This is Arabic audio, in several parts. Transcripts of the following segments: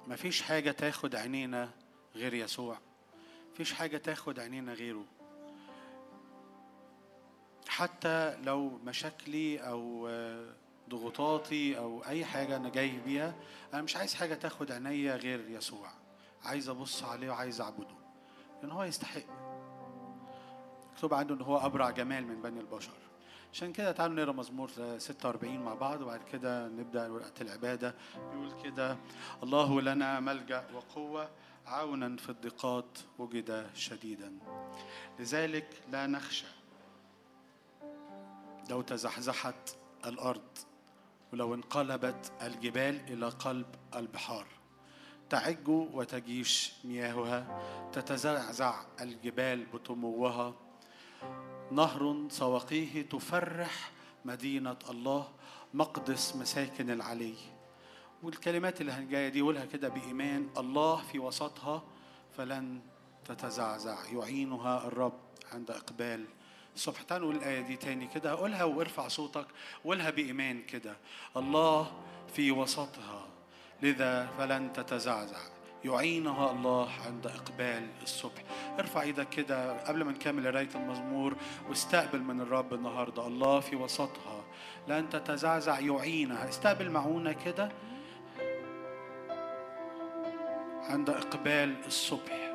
مفيش حاجة تاخد عينينا غير يسوع، مفيش حاجة تاخد عينينا غيره. حتى لو مشاكلي أو ضغوطاتي أو أي حاجة أنا جاي بيها، أنا مش عايز حاجة تاخد عينيا غير يسوع. عايز أبص عليه وعايز أعبده، لأن هو يستحق. مكتوب عنه إن هو أبرع جمال من بني البشر. عشان كده تعالوا نقرأ مزمور 46 مع بعض، وبعد كده نبدأ وقت العبادة. بيقول كده: الله لنا ملجأ وقوة، عونا في الضيقات وجد شديدا، لذلك لا نخشى لو تزحزحت الأرض ولو انقلبت الجبال إلى قلب البحار. تعج وتجيش مياهها، تتزعزع الجبال بطموها. نهر سواقيه تفرح مدينة الله، مقدس مساكن العلي. والكلمات اللي هنجاية دي قولها كده بإيمان: الله في وسطها فلن تتزعزع، يعينها الرب عند إقبال الصبح. تعالوا نقول الآية دي تاني كده، قولها وارفع صوتك، قولها بإيمان كده: الله في وسطها لذا فلن تتزعزع، يعينها الله عند إقبال الصبح. ارفع ايدك كده قبل ما نكمل قراية المزمور واستقبل من الرب النهاردة: الله في وسطها لن تتزعزع، يعينها. استقبل معونة كده عند إقبال الصبح،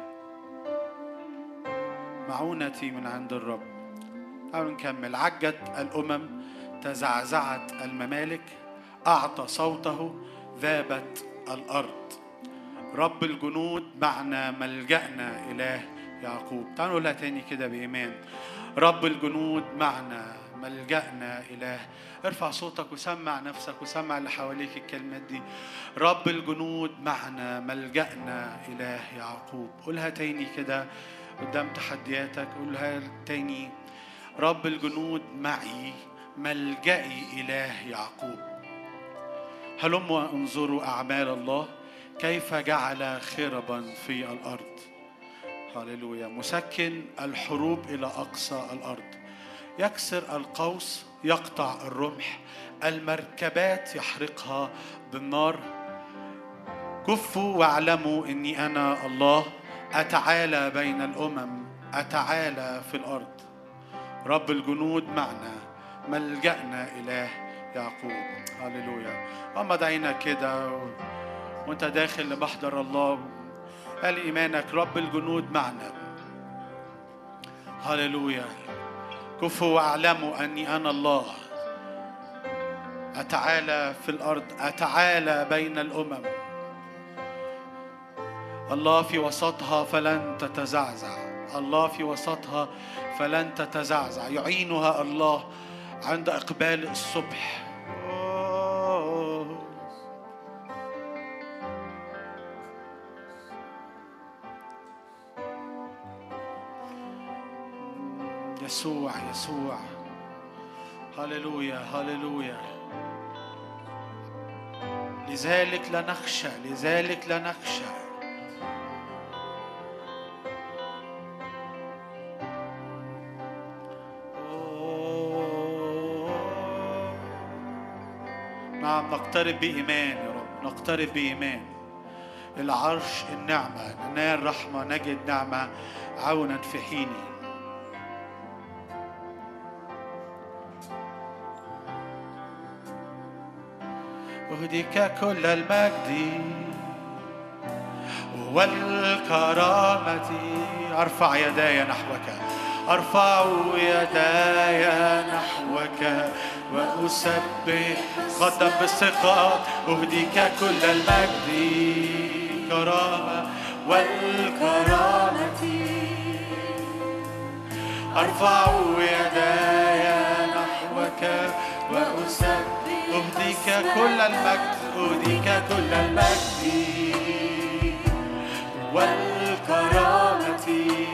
معونتي من عند الرب. تعالوا نكمل. عجت الأمم، تزعزعت الممالك، أعطى صوته، ذابت الأرض. رب الجنود معنا، ملجأنا إله يعقوب. تعالوا نقولها تاني كده بإيمان: رب الجنود معنا، ملجأنا إله. ارفع صوتك وسمع نفسك وسمع اللي حواليك الكلمات دي: رب الجنود معنا، ملجأنا إله يعقوب. قولها تاني كده قدام تحدياتك، قولها تاني: رب الجنود معي، ملجئي إله يعقوب. هلموا انظروا أعمال الله، كيف جعل خربا في الأرض. هللويا. مسكن الحروب إلى أقصى الأرض، يكسر القوس، يقطع الرمح، المركبات يحرقها بالنار. كفوا واعلموا إني أنا الله، أتعالى بين الأمم، أتعالى في الأرض. رب الجنود معنا، ملجأنا إله يعقوب. هللويا. غمض عينك كده وانت داخل لمحضر الله، قال إيمانك: رب الجنود معنا. هللويا. كفوا واعلموا أني أنا الله، أتعالى في الأرض، أتعالى بين الأمم. الله في وسطها فلن تتزعزع، الله في وسطها فلن تتزعزع، يعينها الله عند إقبال الصبح. يسوع يسوع. هللويا هللويا. لذلك لا نخشى، لذلك لا نخشى. نعم، نقترب بإيمان يا رب، نقترب بإيمان. العرش النعمة، ننال رحمة، نجد نعمة، عونا في حيني. أهديك كل المجد والكرامة. أرفع يداي نحوك، أرفع يداي نحوك وأسبح. قدم بالثقة: أهديك كل المجد كرامة والكرامة. أرفع يداي نحوك وأسبح. أهديك كل المجد، أهديك كل المجد والكرامة.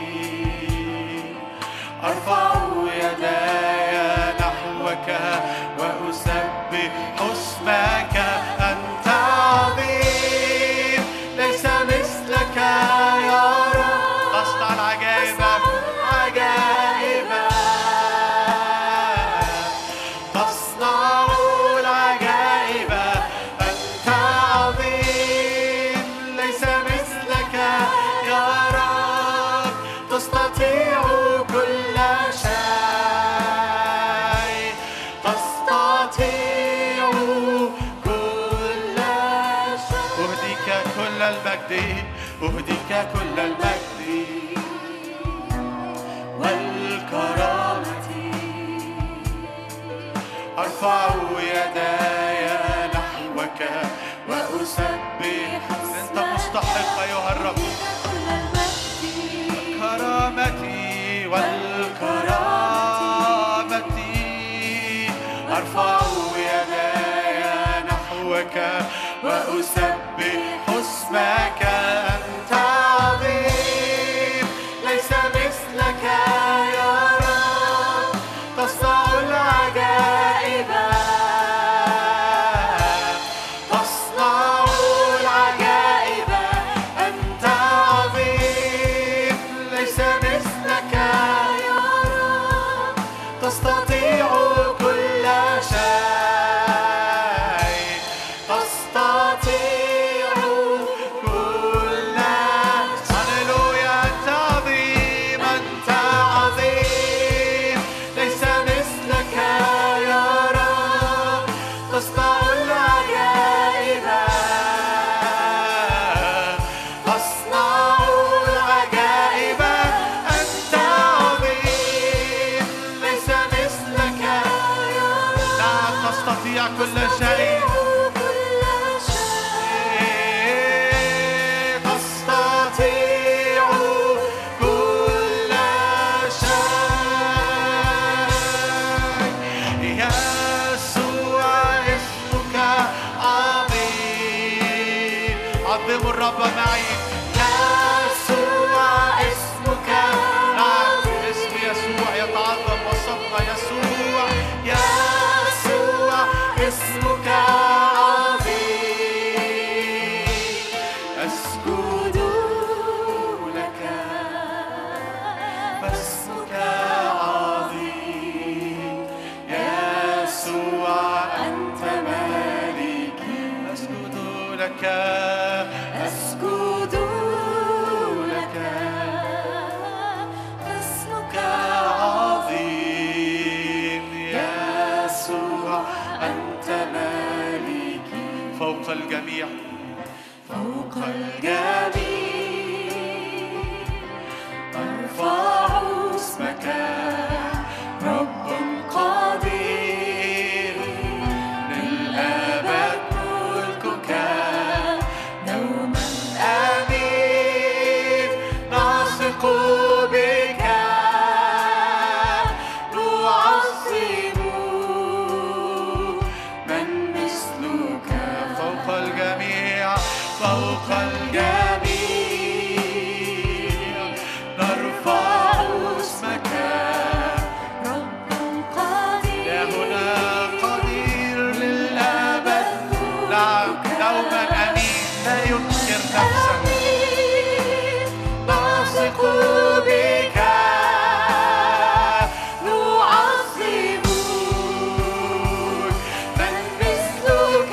أرفع يداي نحوك وأسبح اسمك. أنت عظيم، ليس مثلك يا رب. تصنع العجائب، عجائب تصنع العجائب. أنت عظيم، المجد، أهديك كل المجد والكرامة. أرفع يداي نحوك وأسبح، أنت مستحق أيها الرب. كرامتي والكرامة، أرفع يداي نحوك وأسبح اسمك. أنت عظيم ليس مثلك يا رب، تصنع العجائب، تصنع العجائب. أنت عظيم ليس مثلك يا رب، تستطيع كل شيء، تستطيع كل شيء. هللويا. أنت عظيم، أنت عظيم ليس مثلك يا رب، تصنع العجائب، تصنع العجائب. أنت عظيم ليس مثلك يا رب، نعم تستطيع كل شيء، تستطيع كل شيء. يسوع اسمك عظيم، عظموا الرب معي. يسوع اسمك، نعم اسم يسوع يتعظم وسطنا. يسوع، يسوع اسمك عظيم، أسجد لك فاسمك عظيم. يسوع أنت مالكي، أسجد لك، أسجد لك فاسمك عظيم. يسوع أنت مالكي، فوق الجميع، فوق الجميع أرفع اسمك. رب قدير للأبد ملكك، دوما أمين نثق بك، نعظم من مثلك. فوق الجميع، فوق الجميع نرفع اسمك. رب قدير، يا هنا قدير للأبد، نعم دوما أمين لا ينكر نفسه، نثق بك، نعظم من مثلك.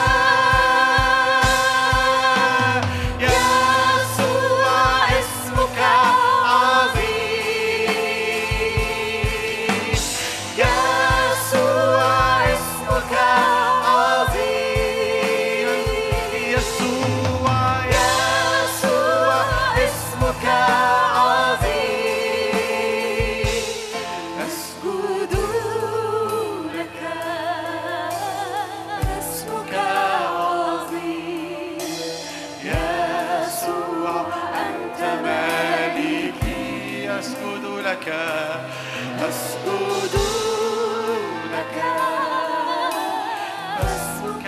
يسوع اسمك عظيم، يسوع اسمك عظيم. يسوع، يسوع اسمك عظيم، أسجد لك، اسمك عظيم. يسوع أنت مالكي، أسجد لك، أسجد لك اسمك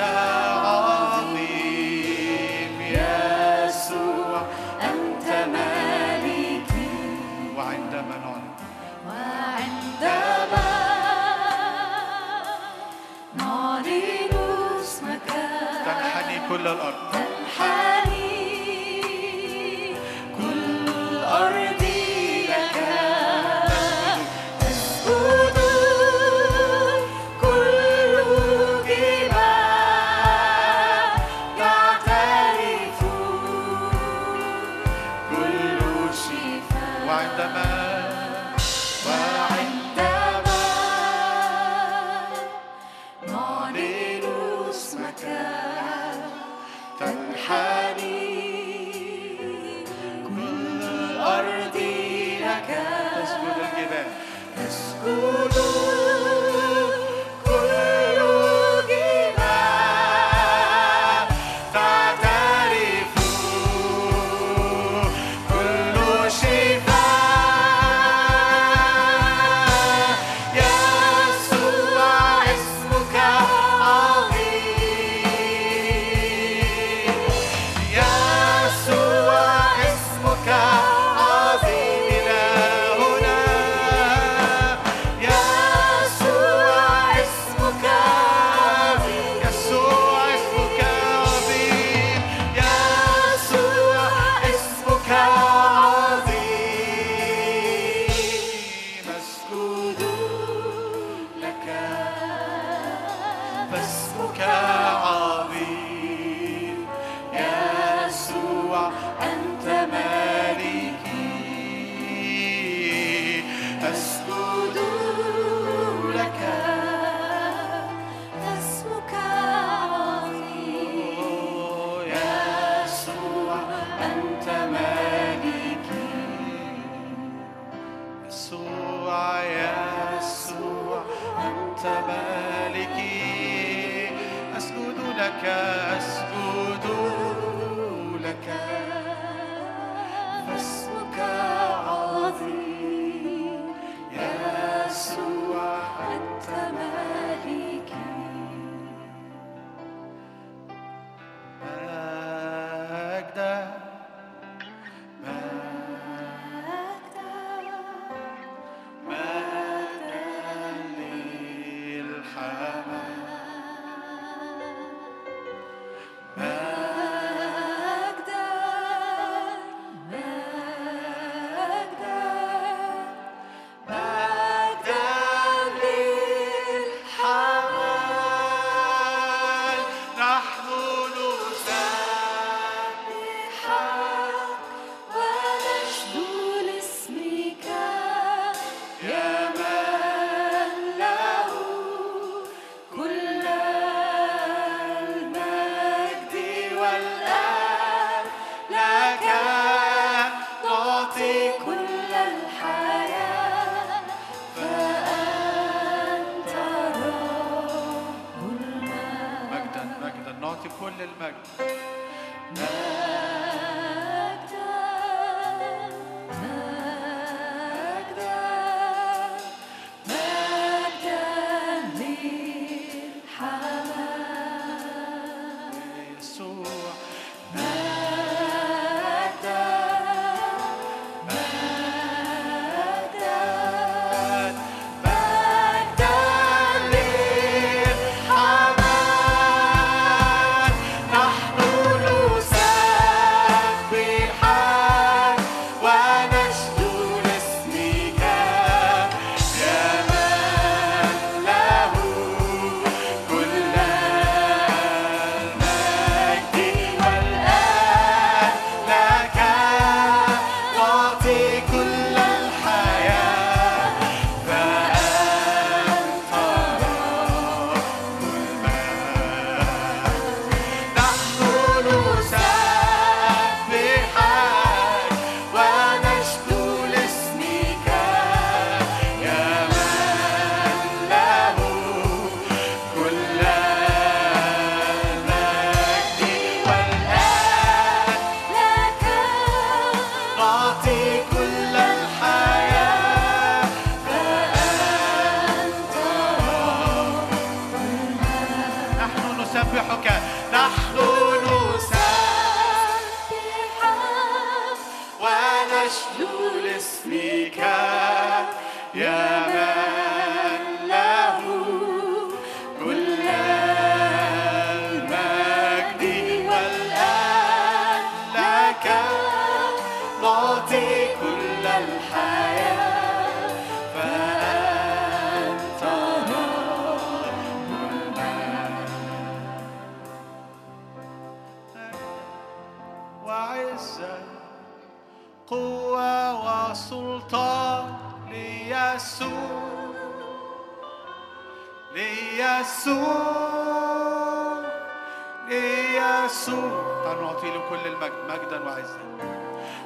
عظيم. يسوع أنت مالكي. وعندما نعلن، وعندما نعلن اسمك تنحني كل الأرض، تنحني كل الأرض لك، تسجد كل جبال، يعترف كل شفاء. وعندما نعلن اسمك تنحني تسجد الجبال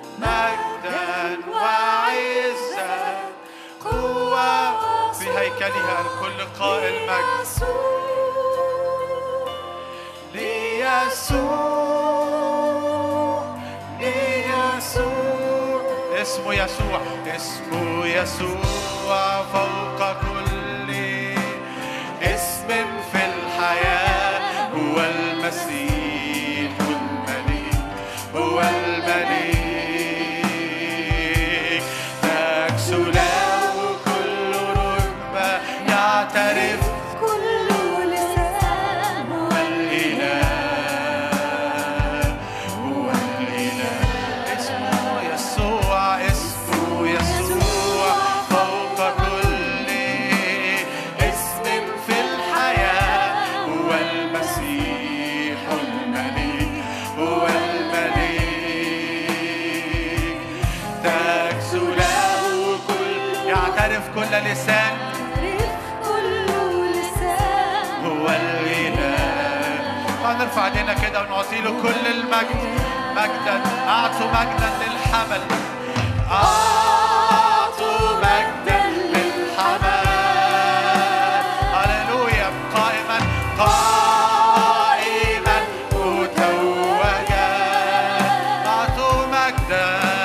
مجدا وعزا قوة في هيكلها الكل قائل مجد ليسوع ليسوع اسمه يسوع اسمه يسوع فوق كل اسم في الحياة هو المسيح الملك هو الملك تكسو له كل ركبة يعترف كل لسان هو الإله هو الإله اسمه يسوع اسمه يسوع فوق كل اسم في الحياة هو المسيح الملك هو الملك تكسو له كل يعترف كل لسان هو الإله. هنرفع ايدينا كده ونعطي له كل المجد مجدا أعطوا مجدا للحمل أعطوا مجدا للحمل هللويا قائما قائما متوجا أعطوا مجدا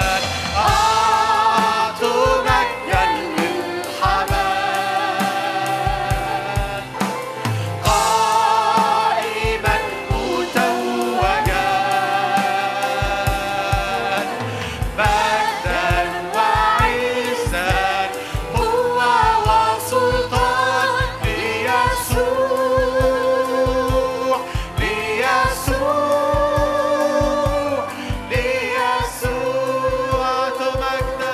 أعطوا مجدا للحمل قائما متوجا مجدا وعزا قوة وسلطان ليسوع ليسوع ليسوع أعطوا مجدا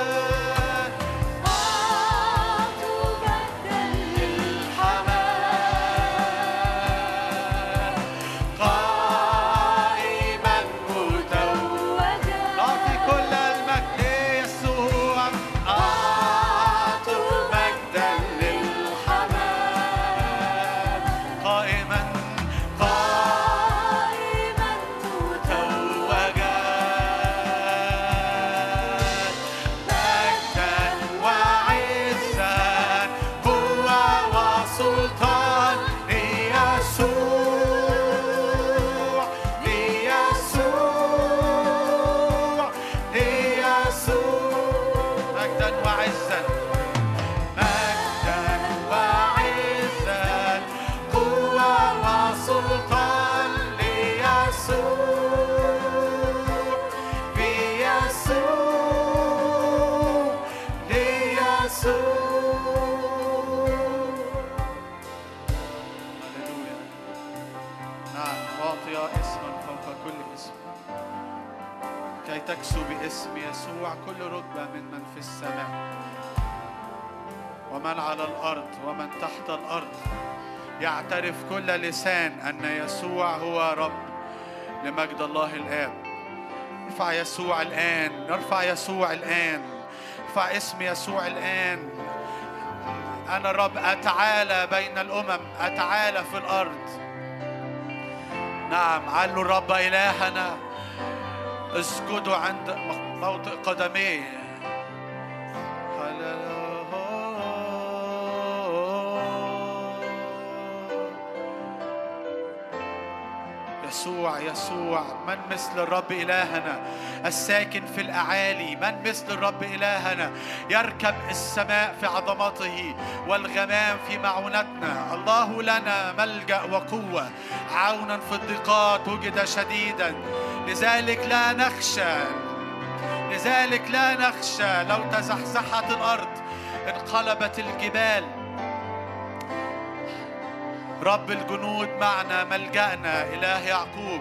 للحمل قائما متوجا نعطي كل المجد ليسوع أعطوا مجدا للحمل قائما قائما متوجا مجدا وعزا قوة وسلطان ليسوع ليسوع ليسوع مجدا وعزا مجدا وعزا قوة وسلطان ليسوع ليسوع ليسوع هللويا نعم أعطي اسما فوق كل اسم كي تكسو باسم يسوع كل ركبة ممن في السماء ومن على الأرض ومن تحت الأرض يعترف كل لسان أن يسوع هو رب لمجد الله الآب. ارفع يسوع الآن نرفع يسوع الآن ارفع اسم يسوع الآن أنا الرب أتعالى بين الأمم أتعالى في الأرض نعم علوا الرب إلهنا اسجدوا عند موطئ قدميه يسوع يسوع من مثل الرب إلهنا الساكن في الأعالي من مثل الرب إلهنا يركب السماء في عظمته والغمام في معونتنا الله لنا ملجأ وقوة عونا في الضيقات وجد شديدا لذلك لا نخشى لو تزحزحت الأرض انقلبت الجبال رب الجنود معنا ملجأنا إله يعقوب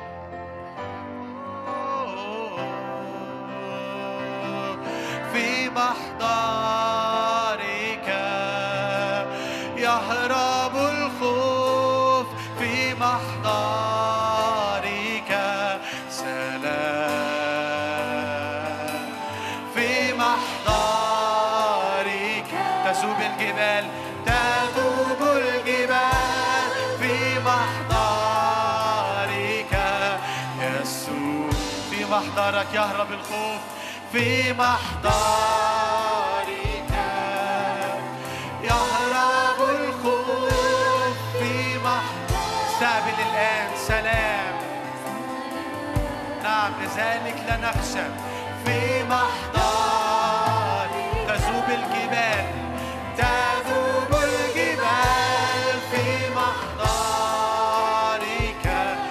في محضرك يهرب الخوف في محضرك سلام في محضرك تذوب الجبال في محضرك يسوع في محضرك يهرب الخوف في محضرك يهرب الخوف في محضرك. استقبل الآن سلام. نعم لذلك لا نخشى في محضرك تذوب الجبال تذوب الجبال في محضرك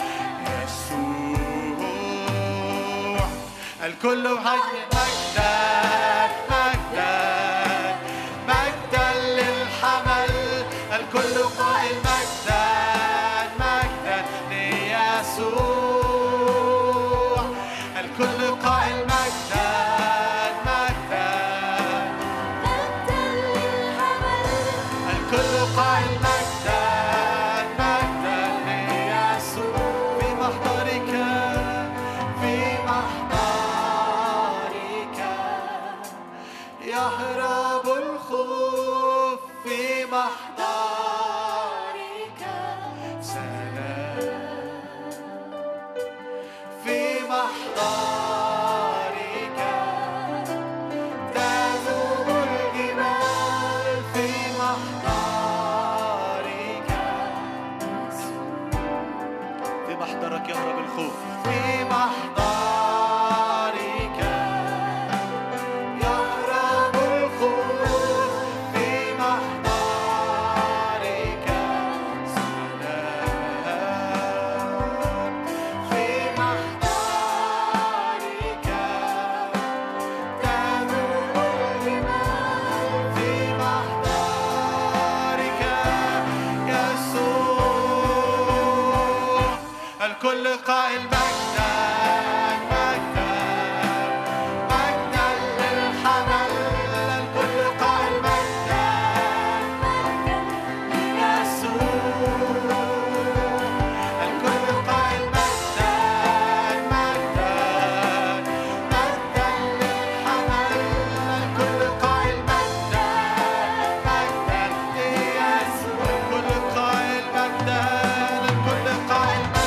يسوع. الكل مجدا مجدا مجدا للحمل. الكل قائل مجدا مجدا ليسوع. الكل قائل مجدا مجدا مجدا للحمل. الكل قائل مجدا مجدا ليسوع. في محضرك في محضرك يهرب الخوف في محضرك سلام. في محضرك تذوب الجبال في محضرك. في محضرك يهرب الخوف في محضرك يهرب الخوف في محضرك سلام. في محضرك تذوب الجبال في محضرك يسوع. الكل قائل مجدا مجدا مجدا للحمل. الكل قائل مجدا يسوع. الكل قائل مجدا مجدا مجدا للحمل. الكل قائل مجدا مجدا ليسوع. الكل قائل مجدا. الكل قائل مجدا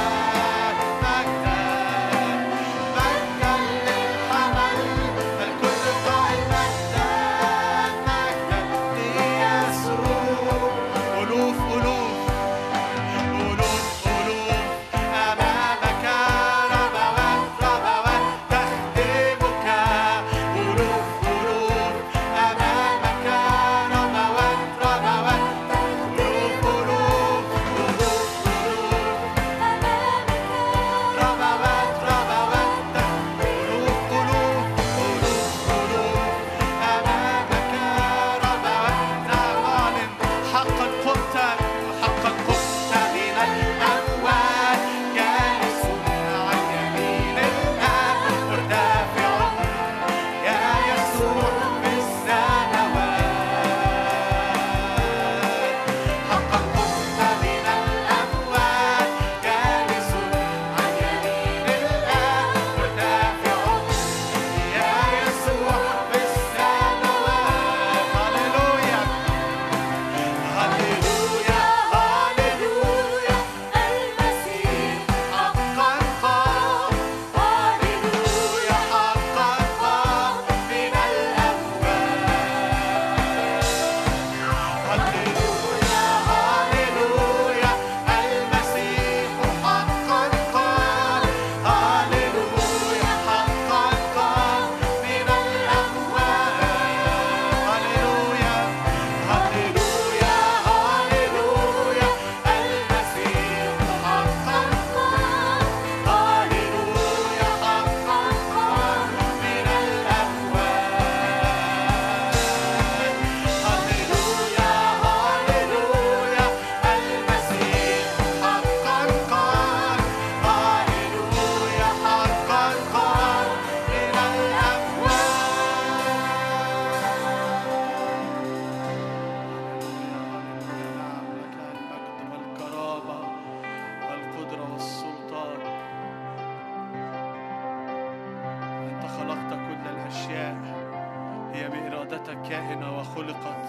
كائنة وخلقت.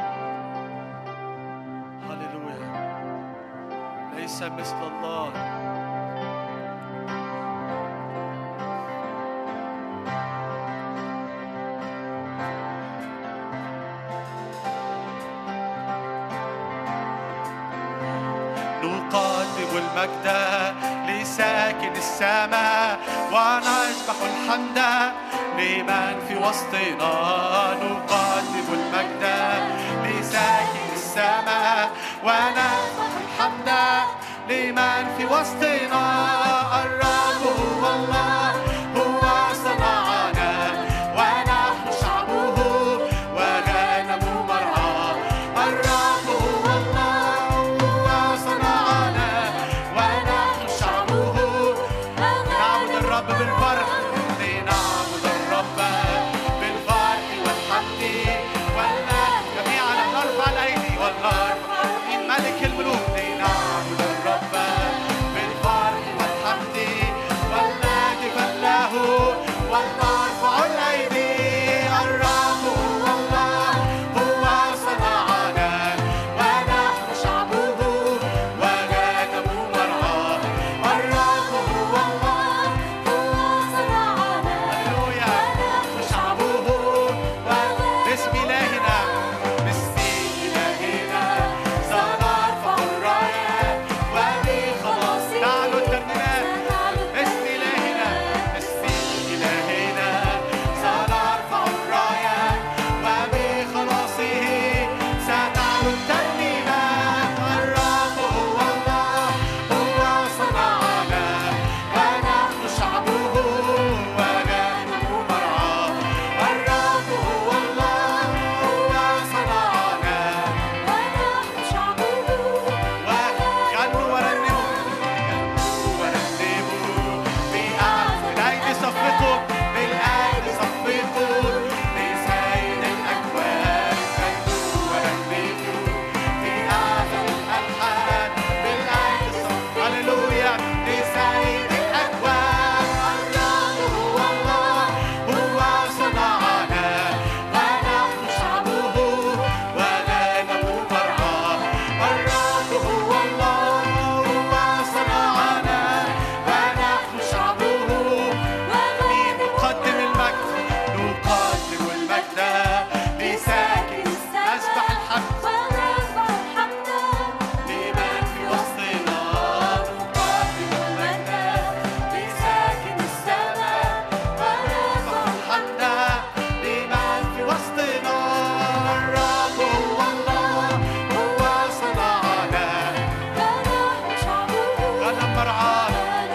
هللويا. ليس مثل الله. المجد لساكن السماء، ونسبح الحمد لمن في وسطنا. نقدم المجد لساكن السماء، ونسبح الحمد لمن في وسطنا. الرب هو الله، هو صنعنا ونحن شعبه وغنم مرعاه. الرب هو الله، هو صنعنا ونحن شعبه. نعبد الرب بالفرح، لنعبد الرب بالفرح والحمد والمجد. جميعا نرفع الايدي ونرفع ملك الملوك. لنعبد الرب بالفرح والحمد والمجد فله، ونرفع الايدي. الرب هو الله، هو صنعنا ونحن شعبه وغنم مرعاه. الرب هو الله، هو صنعنا ونحن شعبه. باسم إلهنا، باسم إلهنا سنرفع الرايات وبخلاصه نعلو الترنيمات. باسم إلهنا، باسم إلهنا سنرفع الرايات وبخلاصه ستعلو الترنيمات. الرب هو الله، هو صنعنا ونحن شعبه وغنم مرعاه. الرب هو الله، هو صنعنا ونحن شعبه. وغنوا ورنموا، ورنموا بالأيدي صفقوا، بالأيدي صفقوا لسيد الأكوان. غنوا ورنموا بأعظم الألحان، بالأيدي صفقوا هللويا لسيد الأكوان. الرب هو الله، هو صنعنا ونحن شعبه وغنم مرعاه. الرب هو الله، هو صنعنا ونحن شعبه. نقدم المجد، نقدم المجد لساكن نسبح الحمد لمن في وسطنا. نقدم المجد لساكن السماء، ونرفع الحمد لمن في وسطنا. الرب هو الله، هو صنعنا ونحن شعبه غنم مرعاه.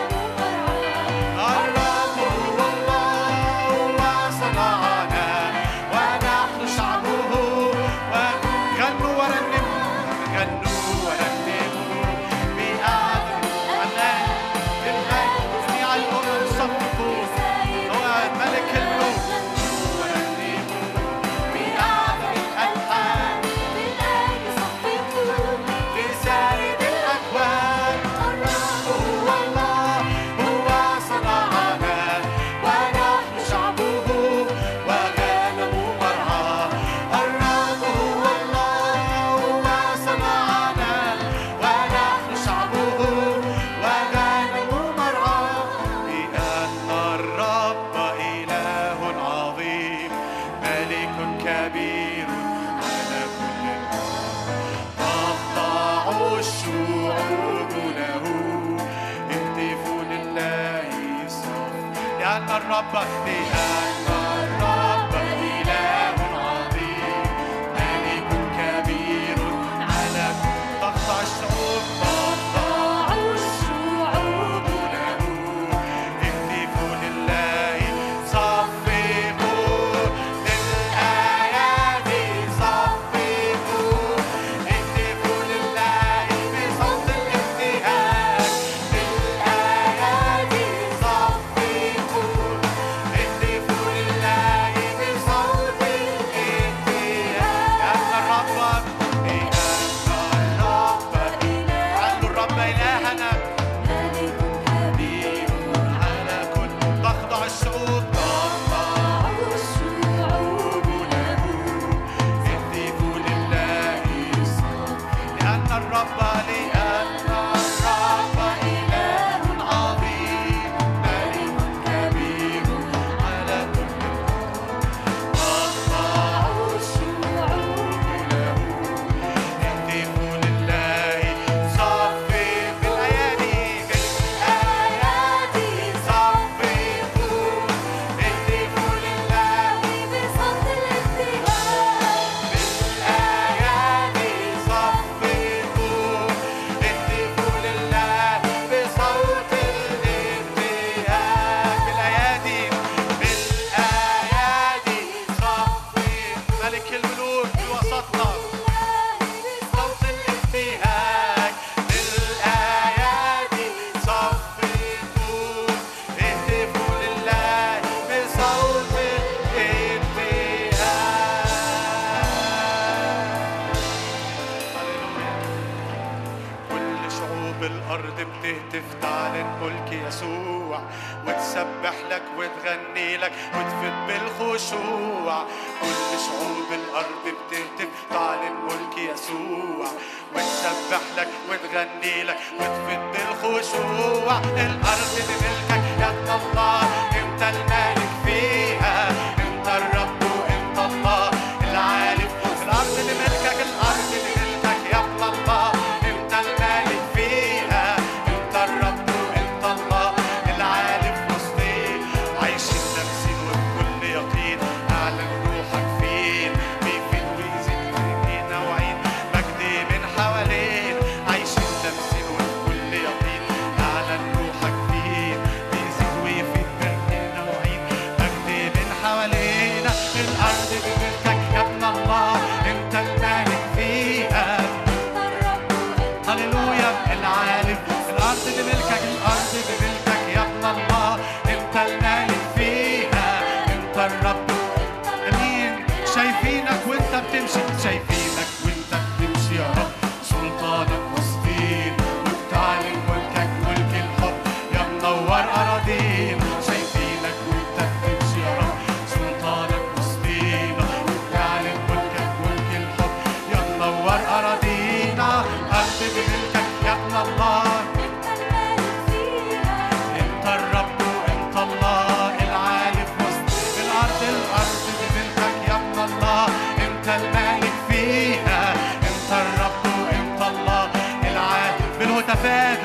الرب هو الله، هو صنعنا ونحن شعبه. وغنوا ورنموا، غنوا ورنموا بأعظم الألحان، بالمجد جميع الأمم صفقوا، هو ملك الملوك. غنوا ورنموا بأعظم الألحان، لسيد الأكوان. الرب هو الله، هو صنعنا ونحن شعبه وغنم مرعاه. الرب هو الله، هو صنعنا ونحن شعبه وغنم مرعاه. لأن الرب إله عظيم، ملك كبير على كل الأرض. تخضع الشعوب له، اهتفوا لله صف. لأن الرب إله عظيم، ملك كبير على تخضع الشعوب، تخضع الشعوب له، اهتفوا لله صفقوا للآيات صفقوا. اهتفوا لله بصوت الابتهاج، للآيات صفقوا. اهتفوا لله الأرض بتهتف تعلن ملك يسوع، وتسبح لك وتغني لك وتفت بالخشوع. كل شعوب الأرض بتهتف تعلن ملك يسوع، وتسبح لك وتغني لك وتفت بالخشوع. الأرض بملكك يا ابن الله، انت المالك فيها، انت الرب وانت الله العالي. الأرض بملكك، الأرض بملكك يا ابن الله، انت المالك فيها، انت الرب وانت الله العالي في وسطينا. عايشين لابسين وبكل يقين اعلن روحك فين، بيفيد ويزيد فينا وعين مجد من حوالين. عايشين لابسين وبكل يقين اعلن روحك فين، بيزيد ويفيد فينا وعين مجد من حوالينا. الارض بملكك يا ابن الله، انت المالك فيها، هللويا العالم. الارض بملكك، الارض بملكك يا ابن الله، انت المالك فيها، انت الرب. امين. شايفينك وانت بتمشي، شايفينك وانت بتمشي يا رب، سلطانك وسطين وبتعلن ملكك ملك الحب يا منور اراضينا. شايفينك وانت بتمشي يا رب، سلطانك وسطين وبتعلن ملكك ملك الحب يا منور اراضينا. الارض بملكك يا ابن الله، انت الرب وانت الله العالي في وسط الارض. الارض بملكك يا ابن الله، انت المالك فيها، انت الرب وانت الله العالي. بالهتافات،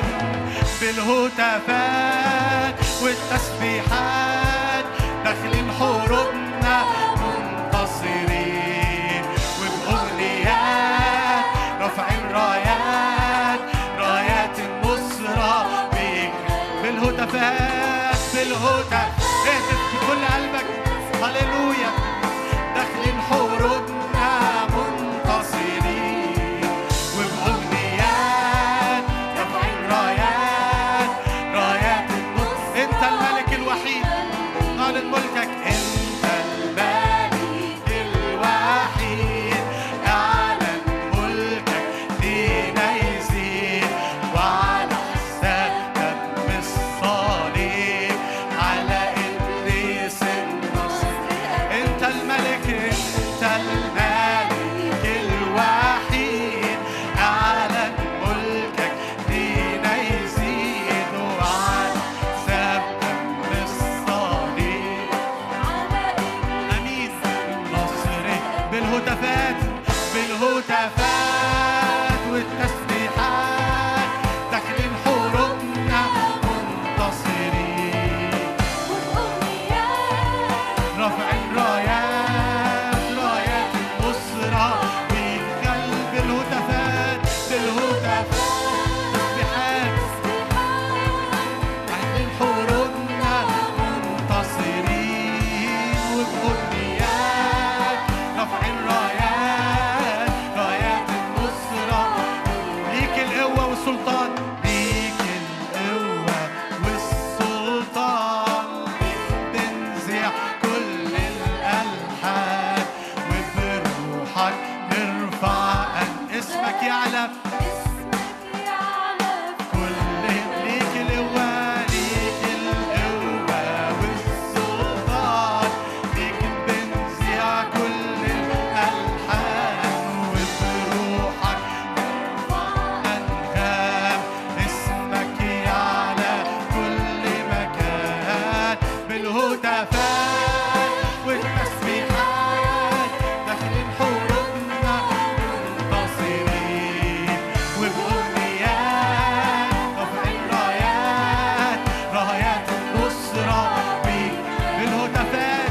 بالهتافات والتسبيحات داخلين حروبنا منتصرين، وبأغنيات رافعين رايات، رايات النصرة بيك. بالهتافات، بالهتاف اهتف بكل قلبك، هللويا. داخلين حروبنا منتصرين، وبأغنيات رافعين رايات، رايات النصر. انت الملك الوحيد، اعلن ملكك. انت الملك الوحيد، اعلن ملكك فينا يزيد، وعلى حساب دم الصليب على ابليس النصر. انت الملك، انت الملك الوحيد، اعلن ملكك فينا يزيد، وعلى حساب دم الصليب. امين. النصر بالهتافات، بالهتافات والتسبيحات داخلين حروبنا منتصرين، رافعين رايات، رايات النصرة بقلب. الهتافات، بالهتافات تسبيحات داخلين حروبنا منتصرين، وبأغنيات رافعين رايات، رايات النصرة. ليك القوة والسلطان، ليك القوة والسلطان، بنزع كل الألحان، وبروحك نرفع اسمك يعلى كل. ليك القوة، ليك القوة والسلطان، ليك بنزع كل الألحان، وبروحك أنغام اسمك يعلى كل مكان. بالهتافات والتسبيحات داخلين حروبنا منتصرين، وبأغنيات رافعين رايات، رايات النصرة بيك. بالهتافات،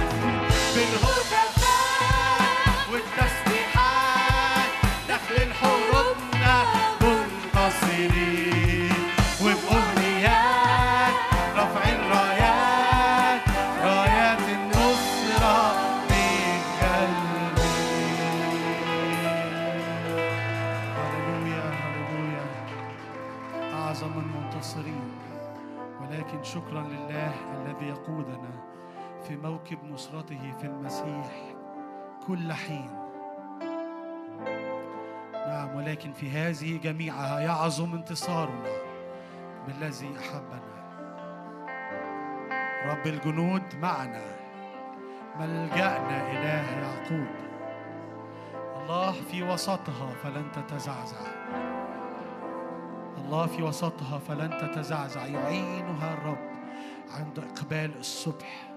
بالهتافات والتسبيحات داخلين حروبنا منتصرين، وبأغنيات رافعين رايات، رايات النصرة بقلبي. هللويا هللويا. أعظم المنتصرين، ولكن شكرا لله الذي يقودنا في موكب نصرته في المسيح كل حين. نعم، ولكن في هذه جميعها يعظم انتصارنا بالذي أحبنا. رب الجنود معنا، ملجأنا إله يعقوب. الله في وسطها فلن تتزعزع، الله في وسطها فلن تتزعزع. يعينها الرب عند إقبال الصبح.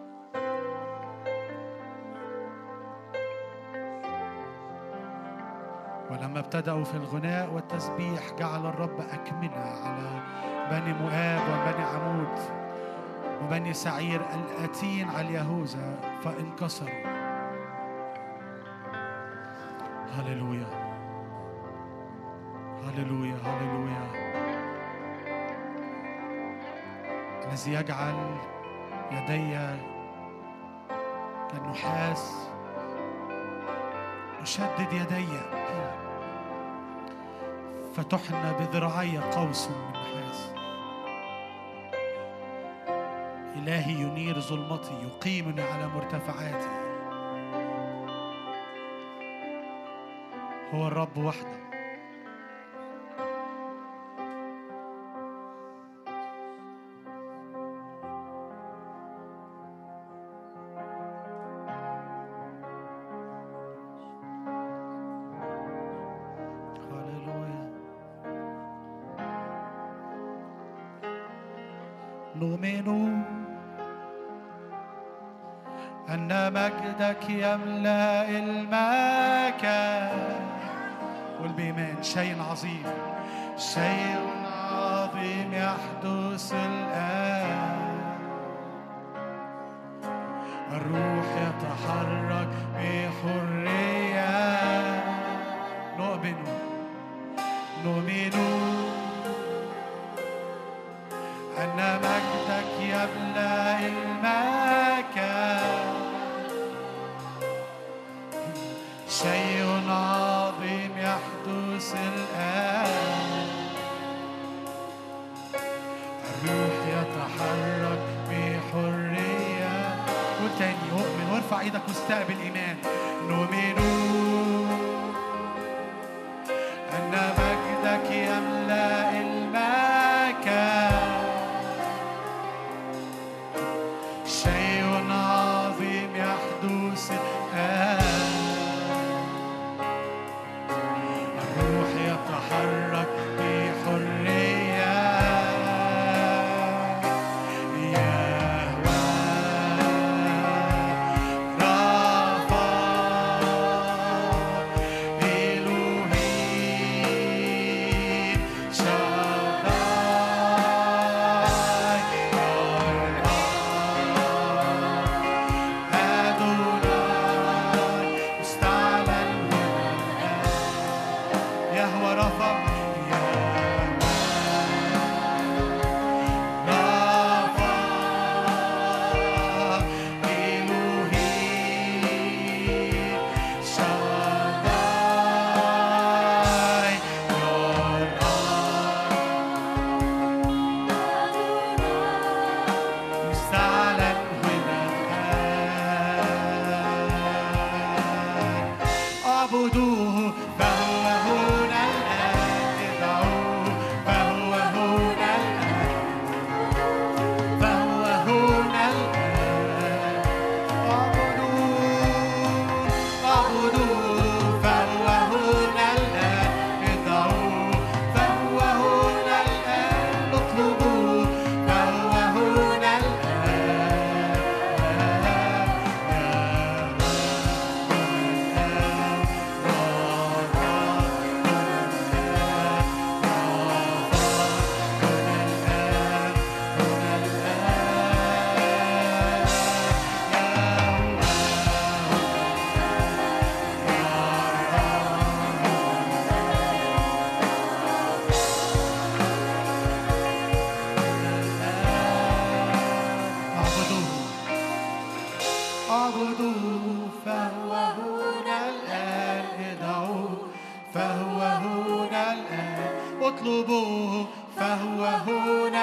ولما ابتدأوا في الغناء والتسبيح جعل الرب أكمنة على بني مؤاب وبني عمود وبني سعير الآتين على يهوذا فانكسروا. هللويا هللويا هللويا. الذي يجعل يدي كالنحاس أشدد يدي فتحنى بذراعي قوس من نحاس. إلهي ينير ظلمتي، يقيمني على مرتفعاتي. هو الرب وحده. نؤمن أن مجدك يملأ المكان. والبإيمان شيء عظيم، شيء عظيم يحدث الآن. الروح يتحرك بحرية. نؤمن أن مجدك يملأ المكان. شيء عظيم يحدث الآن. الروح يتحرك بحرية. والتاني أؤمن، وارفع ايدك واستقبل إيمان. نؤمن أن مجدك يملأ المكان. الروح يتحرك بحرية. يهوى رافع إلهي شداي أدوناي مستعلن. يهوى رافع اعبدوه فهو هنا الآن. ادعوه فهو هنا الآن. فهو هنا الآن. اعبدوه فهو هنا الآن. ادعوه فهو هنا الآن. اطلبوه فهو هنا الآن. اعبدوه فهو هنا الآن. ادعوه فهو هنا الآن. اطلبوه فهو هنا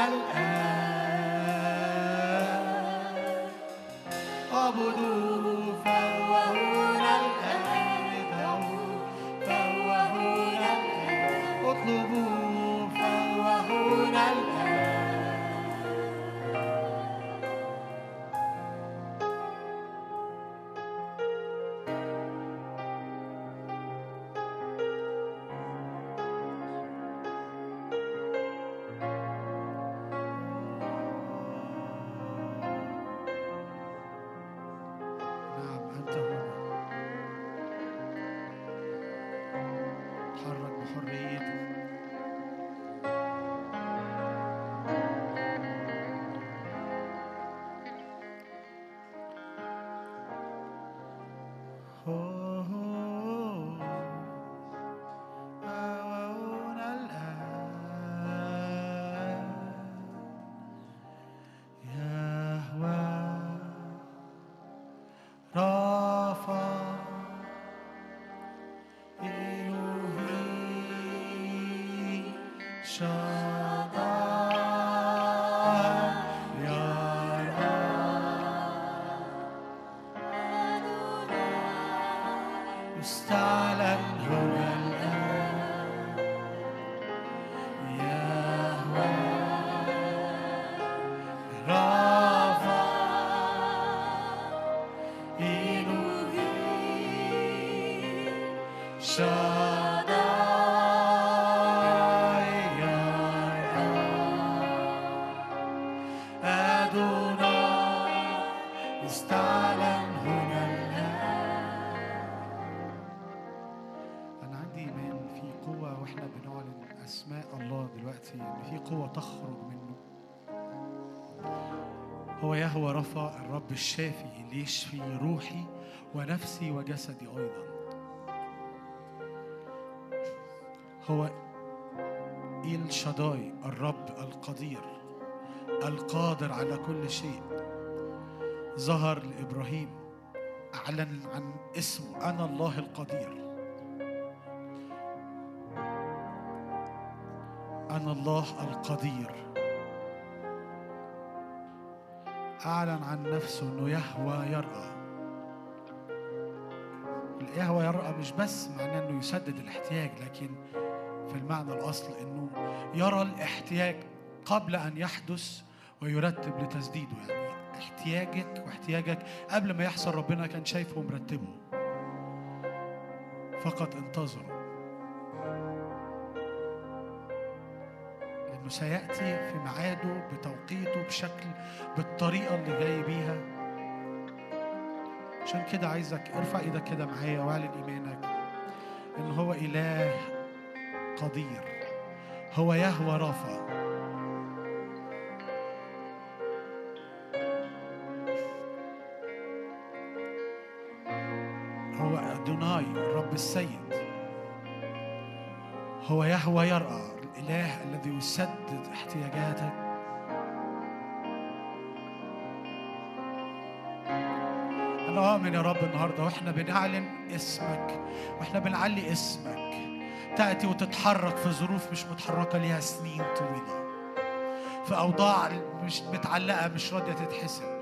الآن. اعبدوه فهو هنا الآن. ادعوه فهو هنا الآن. اطلبوه فهو هنا الآن. حريته. الرب الشافي اللي يشفي روحي ونفسي وجسدي أيضا. هو إل شداي، الرب القدير القادر على كل شيء. ظهر لإبراهيم، أعلن عن اسمه، أنا الله القدير، أنا الله القدير. أعلن عن نفسه أنه يهوى يرأى. يهوى يرأى مش بس معناه أنه يسدد الاحتياج، لكن في المعنى الأصل أنه يرى الاحتياج قبل أن يحدث ويرتب لتسديده. يعني احتياجك واحتياجك قبل ما يحصل ربنا كان شايفه ومرتبه، فقط انتظروا، لأنه سيأتي في ميعاده بتوقيته بشكل بالطريقة اللي جاي بيها. عشان كده عايزك ارفع ايدك كده معايا واعلن إيمانك إن هو إله قدير، هو يهوى رافع، هو أدوناي الرب السيد، هو يهوى يرأى، الإله الذي يسدد احتياجاتك. أنا أؤمن يا رب النهاردة وإحنا بنعلن اسمك وإحنا بنعلي اسمك، تأتي وتتحرك في ظروف مش متحركة ليها سنين طويلة، في أوضاع مش متعلقة مش راضية تتحسن.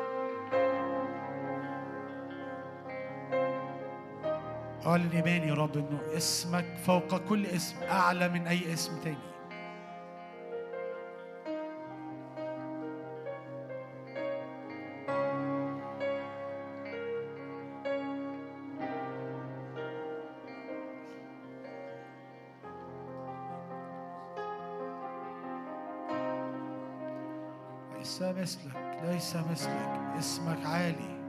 أعلن إيماني يا رب إنه اسمك فوق كل اسم، أعلى من أي اسم تاني. ليس مثلك، ليس مثلك، اسمك عالي.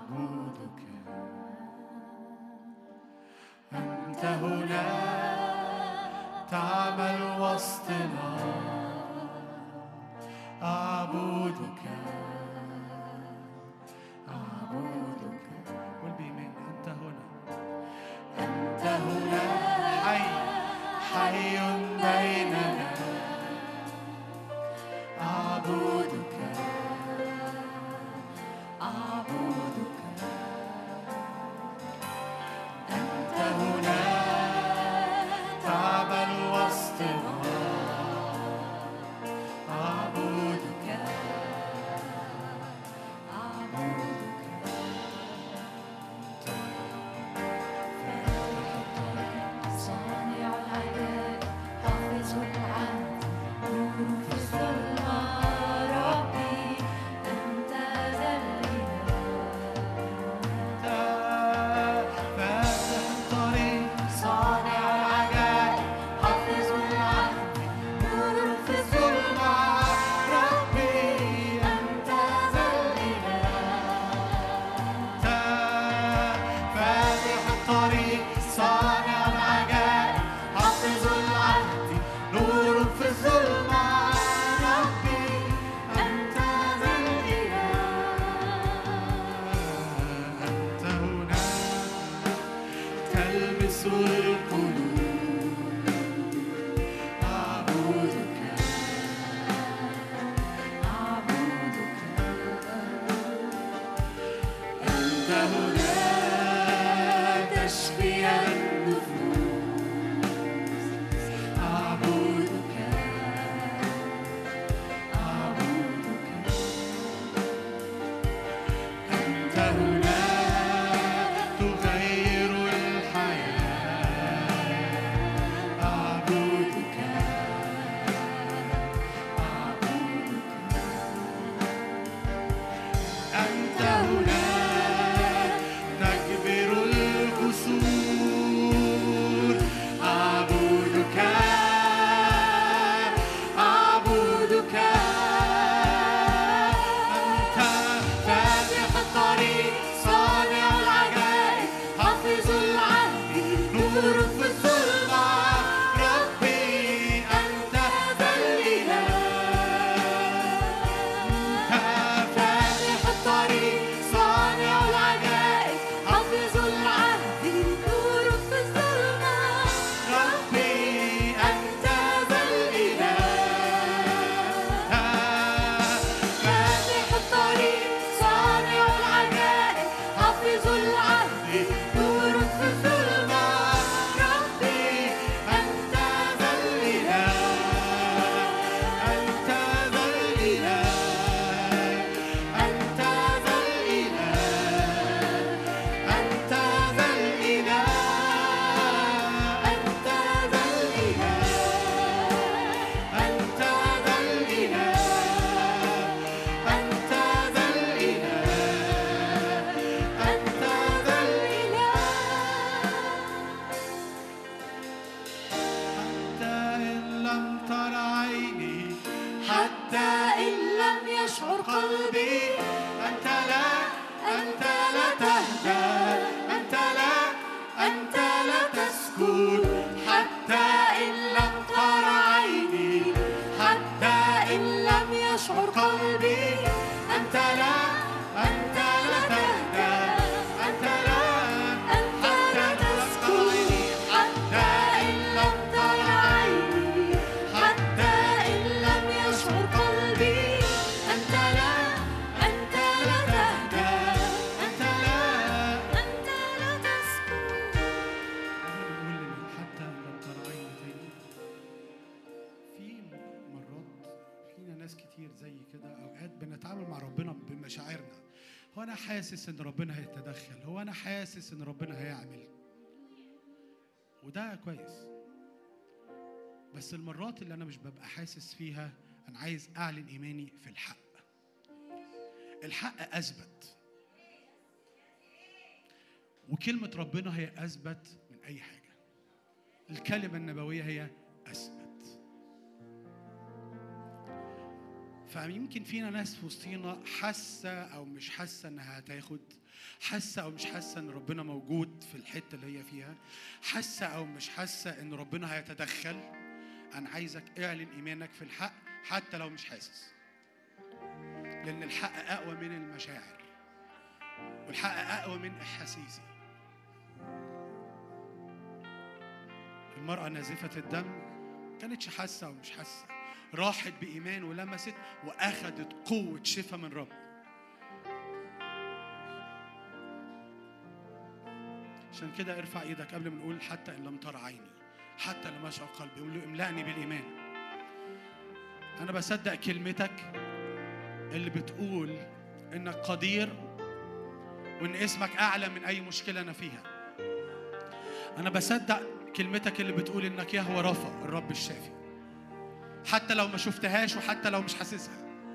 أعبدك أنت هنا تعمل وسطنا أعبدك والبإيمان أنت هنا حي بيننا أعبدك أنت هنا تعمل وسطنا أعبدك صانع العجائب حافظ العهد نور في الظلمة ربي أنت ذا الإله فاتح الطريق صانع العجائب حافظ العهد نور في الظلمة ربي أنت ذا الإله فاتح الطريق صانع العجائب حافظ العهد نور في الظلمة ربي أنت ذا الإله أنت هنا تلمس القلوب أعبدك أنت هنا تشفي النفوس أعبدك أنت هنا تغير الحياة أعبدك أنت هنا تجبر الكسور أعبدك أنت فاتح الطريق صانع العجائب حافظ العهد نور في الظلمة ربي أنت ذا الإله فاتح الطريق صانع العجائب حافظ العهد نور في الظلمة ربي أنت ذا الإله فاتح الطريق صانع العجائب حافظ العهد نور في الظلمة ربي أنت ذا الإله أنت ذا الإله أنت ذا الإله أنت ذا الإله أنت ذا الإله أنت ذا الإله أنت ذا الإله أنت ذا حتى إن لم يشعر قلبي أنت لا تهدى أنت لا تسكن حتى إن لم تر عيني حتى إن لم يشعر قلبي أنت لا تهدى حتى تسكن حتى إن لم تر عيني حتى إن لم يشعر قلبي أنت لا تهدى أنت لا تسكن حتى لم تر عيني تاني. في مرات فينا ناس كتير زي كده اوقات بنتعامل مع ربنا بمشاعرنا. هو انا حاسس ان ربنا هيتدخل، هو انا حاسس ان ربنا هيعمل، وده كويس. بس المرات اللي انا مش ببقى حاسس فيها انا عايز اعلن ايماني في الحق. الحق اثبت، وكلمة ربنا هي اثبت من اي حاجة. الكلمة النبوية هي اثبت. فيمكن فينا ناس في وسطينا حاسة أو مش حاسة إنها هتاخد، حاسة أو مش حاسة إن ربنا موجود في الحتة اللي هي فيها، حاسة أو مش حاسة إن ربنا هيتدخل. أنا عايزك اعلن إيمانك في الحق حتى لو مش حاسس، لأن الحق أقوى من المشاعر، والحق أقوى من إحاسيسي. المرأة نازفة الدم كانتش حاسة أو مش حاسة، راحت بإيمان ولمست وأخذت قوة شفاء من رب. عشان كده ارفع ايدك قبل ما نقول حتى إن لم ترى عيني، حتى لم يشعر قلبي. يقول له املأني بالإيمان. أنا بصدق كلمتك اللي بتقول إنك قدير وإن اسمك أعلى من أي مشكلة أنا فيها. أنا بصدق كلمتك اللي بتقول إنك يهوه رفا، الرب الشافي، حتى لو ما شفتهاش وحتى لو مش حاسسها.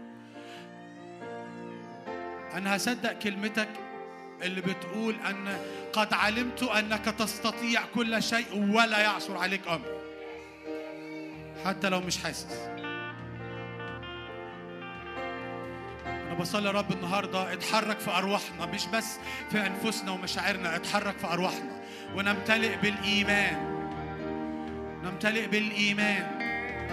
أنا هصدق كلمتك اللي بتقول أن قد علمت أنك تستطيع كل شيء ولا يعثر عليك أمر، حتى لو مش حاسس. أنا بصلي يا رب النهاردة اتحرك في أرواحنا، مش بس في أنفسنا ومشاعرنا، اتحرك في أرواحنا ونمتلئ بالإيمان. نمتلئ بالإيمان،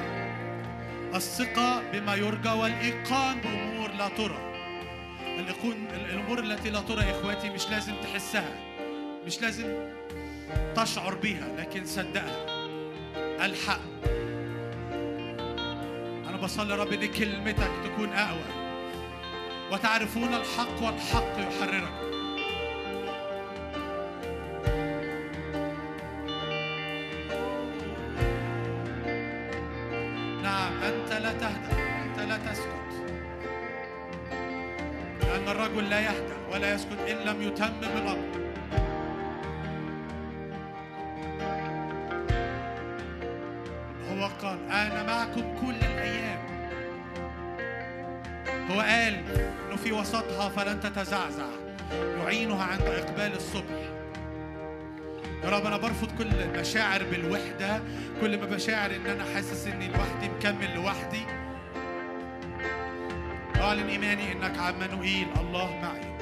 الثقة بما يرجى والإيقان بأمور لا ترى. الأمور التي لا ترى يا إخواتي مش لازم تحسها، مش لازم تشعر بها، لكن صدقها. الحق. أنا بصلي يا رب إن كلمتك تكون أقوى، وتعرفون الحق والحق يحرركم. نعم، أنت لا تهدأ، أنت لا تسكت، لأن الرجل لا يهدأ ولا يسكت إن لم يتمم الأمر. هو قال أنا معكم كل الأيام. هو قال إنه في وسطها فلن تتزعزع، يعينها عند إقبال الصبح. يا رب أنا برفض كل مشاعر بالوحدة، كل ما بشاعر إن أنا حاسس إني لوحدي مكمل لوحدي. أعلن إيماني إنك عمانوئيل، الله معي.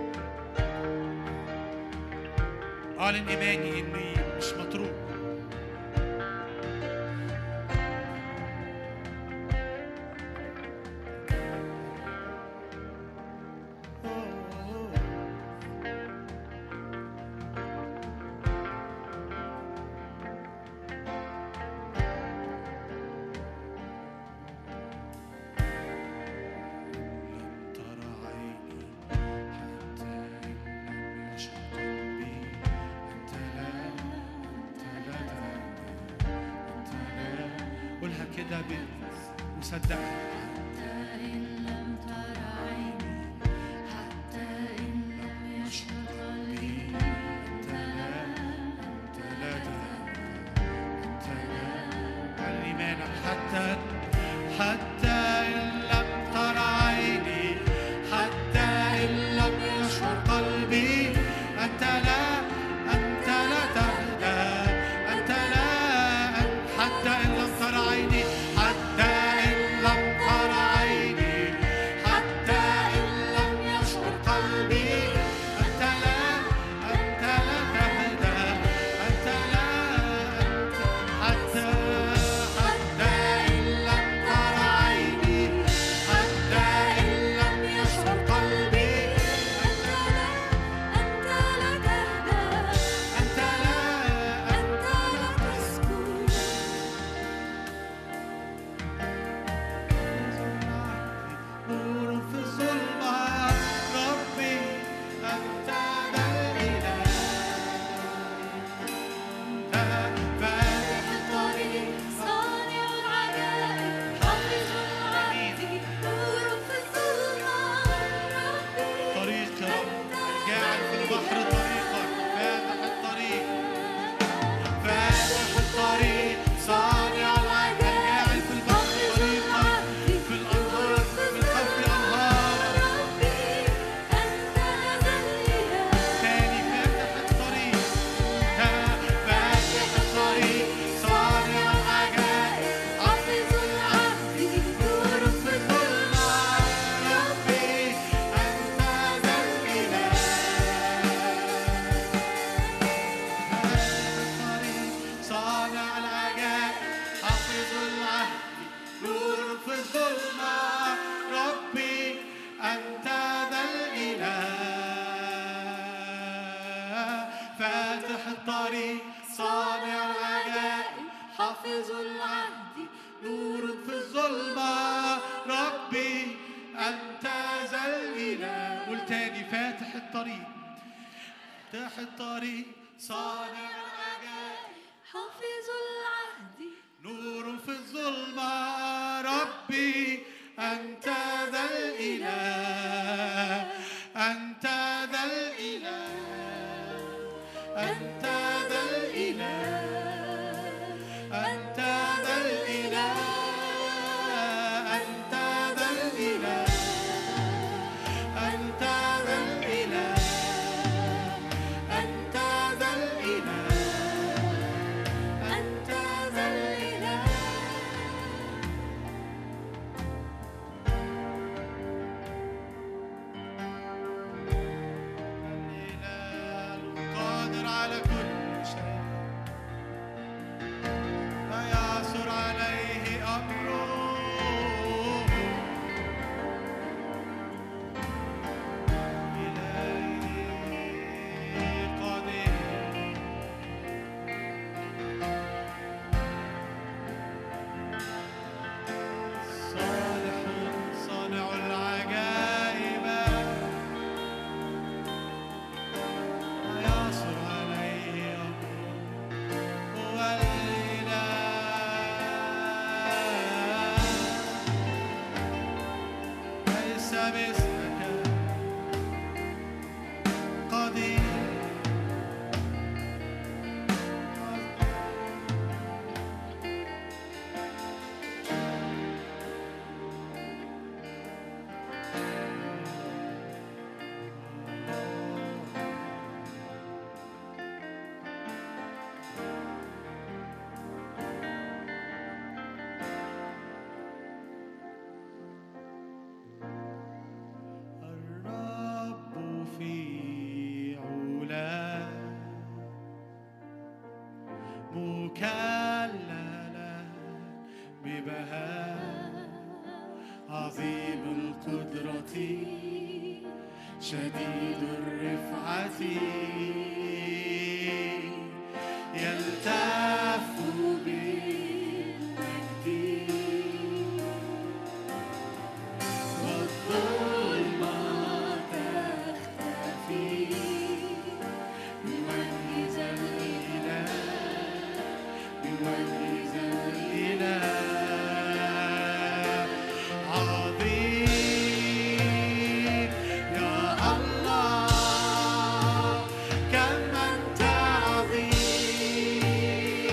أعلن إيماني إني مش متروك. فاتح الطريق صانع العجائب حافظ العهد نور في الظلمة ربي أنت ذا الإله أنت ذا الإله أنت ذا الإله أنت ذا الإله أنت ذا الإله أنت ذا الإله أنت ذا الإله أنت ذا الإله الإله القادر على كل شيء لا يعثر عليه أمره إلهي قدير صالح صانع العجائب لا يعثر عليه أمره هو الإله ليس مثلك قدير الرب في علا مكللا ببهاء عظيم القدرة شديد الرفعة يلتف بالمجد والظلمة تختفي بوجه ذا الإله بوجه ذا الإله عظيم يا الله كم أنت عظيم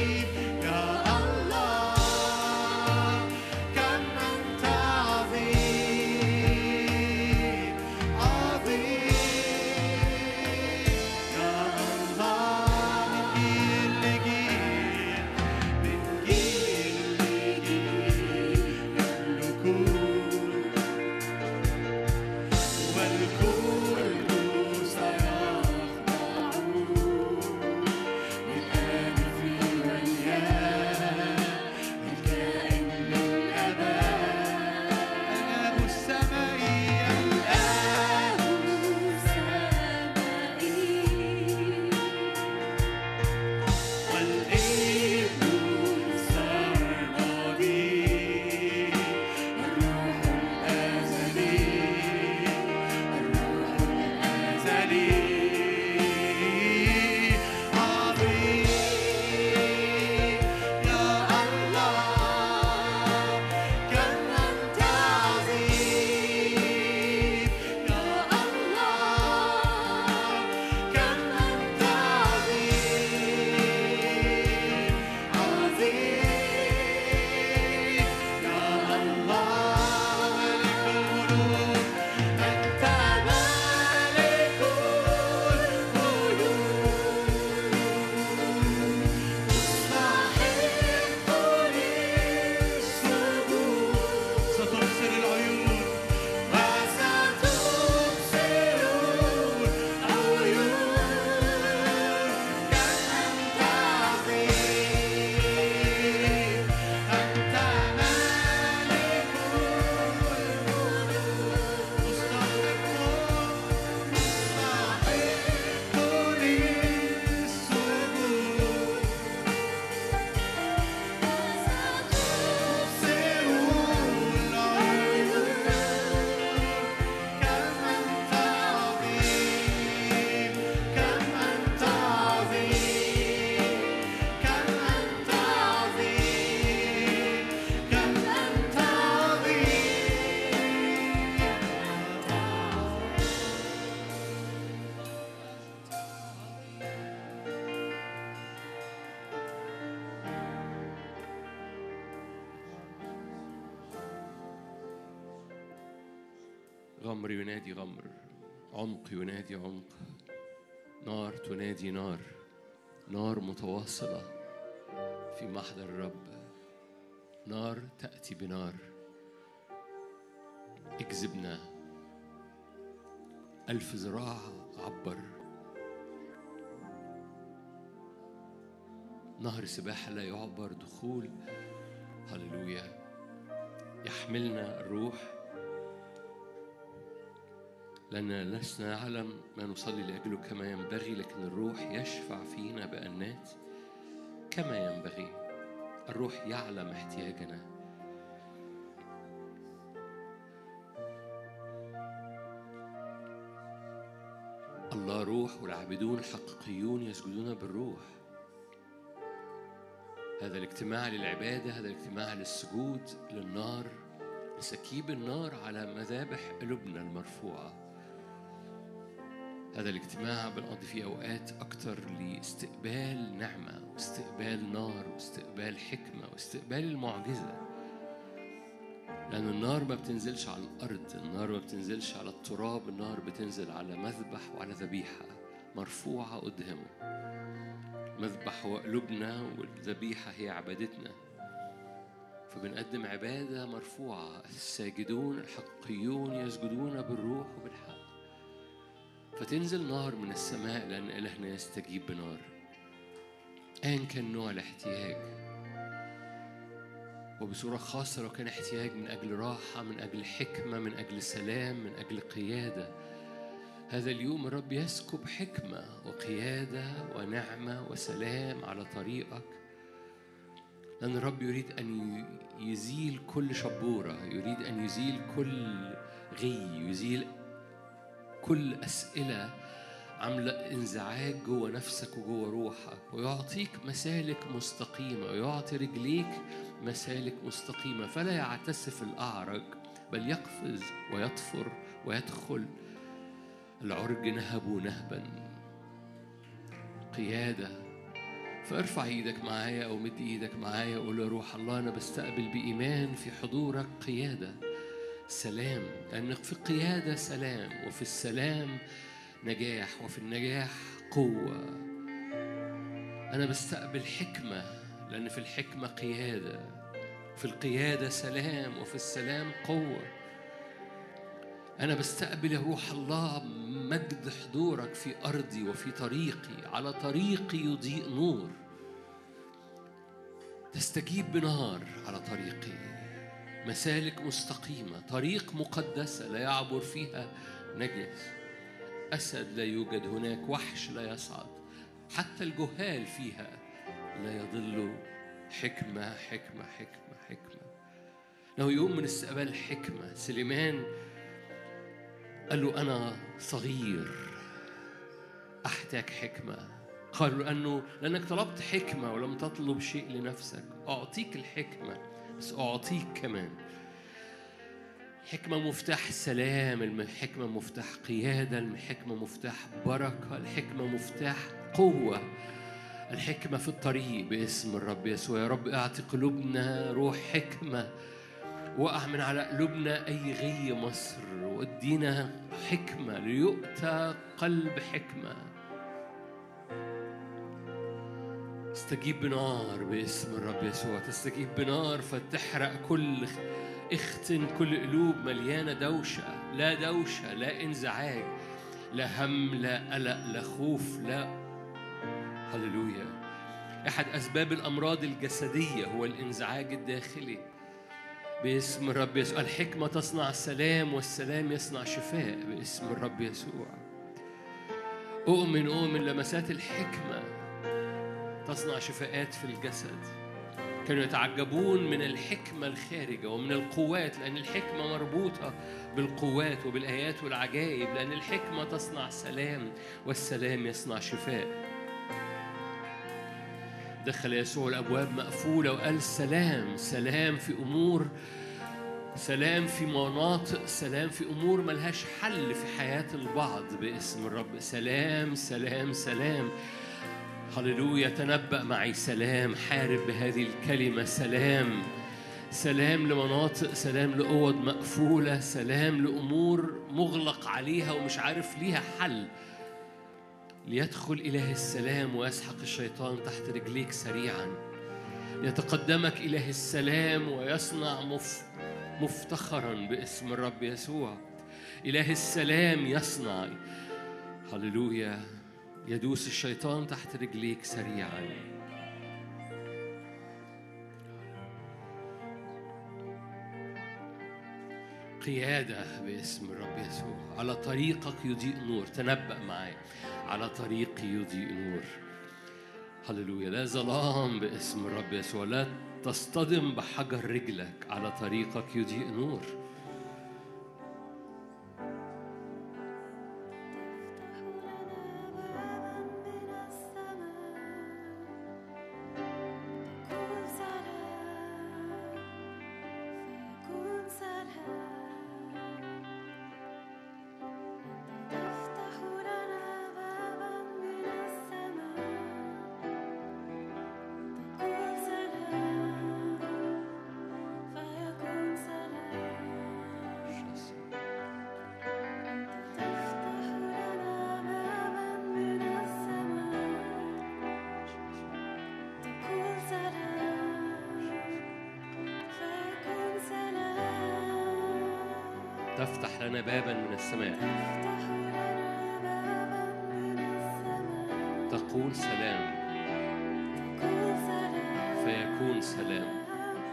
غمر ينادي غمر، عمق ينادي عمق، نار تنادي نار، نار متواصلة في محضر الرب، نار تأتي بنار. اجذبنا 1000 ذراع عبر، نهر سباحة لا يعبر دخول. هللويا. يحملنا الروح لأننا لسنا نعلم ما نصلي لأجله كما ينبغي، لكن الروح يشفع فينا بأنات كما ينبغي. الروح يعلم احتياجنا. الله روح والعابدون الحقيقيون يسجدون بالروح. هذا الاجتماع للعبادة، هذا الاجتماع للسجود للنار، لسكيب النار على مذابح قلوبنا المرفوعة. هذا الاجتماع بنقضي فيه أوقات أكتر لاستقبال نعمة واستقبال نار واستقبال حكمة واستقبال المعجزة، لأن النار ما بتنزلش على الأرض، النار ما بتنزلش على التراب، النار بتنزل على مذبح وعلى ذبيحة مرفوعة قدامه. مذبح هو قلوبنا والذبيحة هي عبادتنا، فبنقدم عبادة مرفوعة. الساجدون الحقيقيون يسجدون بالروح وبالحق. فتنزل نار من السماء لأن إلهنا يستجيب بنار أيا كان نوع الاحتياج. وبصورة خاصة لو كان احتياج من أجل راحة، من أجل حكمة، من أجل سلام، من أجل قيادة، هذا اليوم الرب يسكب حكمة وقيادة ونعمة وسلام على طريقك، لأن الرب يريد أن يزيل كل شبورة، يريد أن يزيل كل غي، يزيل كل أسئلة عاملة انزعاج جوه نفسك وجوه روحك، ويعطيك مسالك مستقيمة، ويعطي رجليك مسالك مستقيمة، فلا يعتسف الأعرج بل يقفز ويطفر ويدخل. العرج نهبوا نهبا قيادة. فارفع ايدك معايا او مد ايدك معايا وقول يا روح الله أنا بستقبل بإيمان في حضورك قيادة سلام، لأن في القيادة سلام، وفي السلام نجاح، وفي النجاح قوة. أنا بستقبل حكمة لأن في الحكمة قيادة، في القيادة سلام، وفي السلام قوة. أنا بستقبل يا روح الله مجد حضورك في أرضي وفي طريقي، على طريقي يضيء نور، تستجيب بنار على طريقي، مسالك مستقيمة، طريق مقدسة لا يعبر فيها نجس، أسد لا يوجد هناك، وحش لا يصعد، حتى الجهال فيها لا يضل. حكمة حكمة حكمة حكمة. إنه يوم من استقبال الحكمة. سليمان قال له أنا صغير أحتاج حكمة. قالوا لأنك طلبت حكمة ولم تطلب شيء لنفسك، أعطيك الحكمة، بس أعطيك كمان الحكمة مفتاح سلام، الحكمة مفتاح قيادة، الحكمة مفتاح بركة، الحكمة مفتاح قوة، الحكمة في الطريق باسم الرب يسوع. يا رب اعطي قلوبنا روح حكمة، وقع من على قلوبنا أي غي مصر، وادينا حكمة ليؤتى قلب حكمة. استجيب بنار باسم الرب يسوع، تستجيب بنار فتحرق كل اختن كل قلوب مليانة دوشة، لا دوشة، لا انزعاج، لا هم، لا قلق، لا خوف، لا. هللويا. أحد أسباب الأمراض الجسدية هو الانزعاج الداخلي باسم الرب يسوع. الحكمة تصنع السلام، والسلام يصنع شفاء باسم الرب يسوع. أؤمن لمسات الحكمة تصنع شفاءات في الجسد. كانوا يتعجبون من الحكمة الخارجة ومن القوات، لأن الحكمة مربوطة بالقوات وبالآيات والعجائب، لأن الحكمة تصنع سلام، والسلام يصنع شفاء. دخل يسوع الأبواب مقفولة وقال سلام، سلام في أمور، سلام في مناطق، سلام في أمور ملهاش حل في حياة البعض باسم الرب. سلام سلام سلام. هللويا. تنبأ معي سلام، حارب بهذه الكلمة سلام، سلام لمناطق، سلام لأوض مقفولة، سلام لأمور مغلق عليها ومش عارف ليها حل. ليدخل إله السلام ويسحق الشيطان تحت رجليك سريعا. يتقدمك إله السلام ويصنع مفتخرا باسم الرب يسوع. إله السلام يصنع، هللويا، يدوس الشيطان تحت رجليك سريعا. قيادة باسم الرب يسوع. على طريقك يضيء نور. تنبأ معايا، على طريقي يضيء نور. هللويا. لا ظلام باسم الرب يسوع. لا تصطدم بحجر رجلك. على طريقك يضيء نور. تفتح لنا بابا من السماء. تقول سلام فيكون سلام.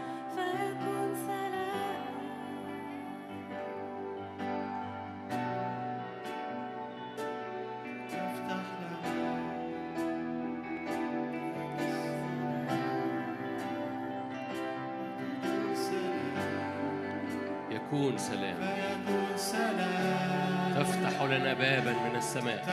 يكون سلام. تفتح لنا بابا من السماء.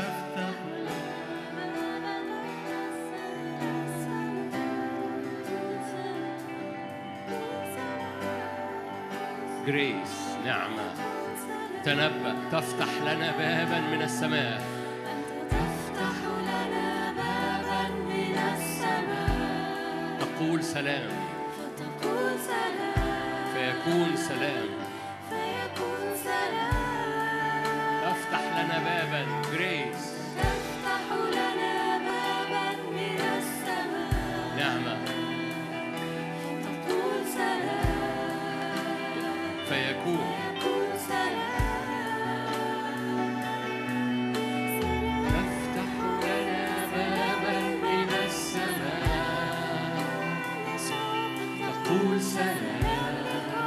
جريس، نعمة، تنبأ. تفتح لنا بابا من السماء. تفتح لنا بابا من السماء. تقول سلام فتقول سلام فيكون سلام. فيكون سلام. تفتح لنا بابا جريس. تفتح لنا بابا من السماء. نعمة. تقول سلام فيكون. فيكون سلام. تفتح لنا بابا من السماء. تقول سلام.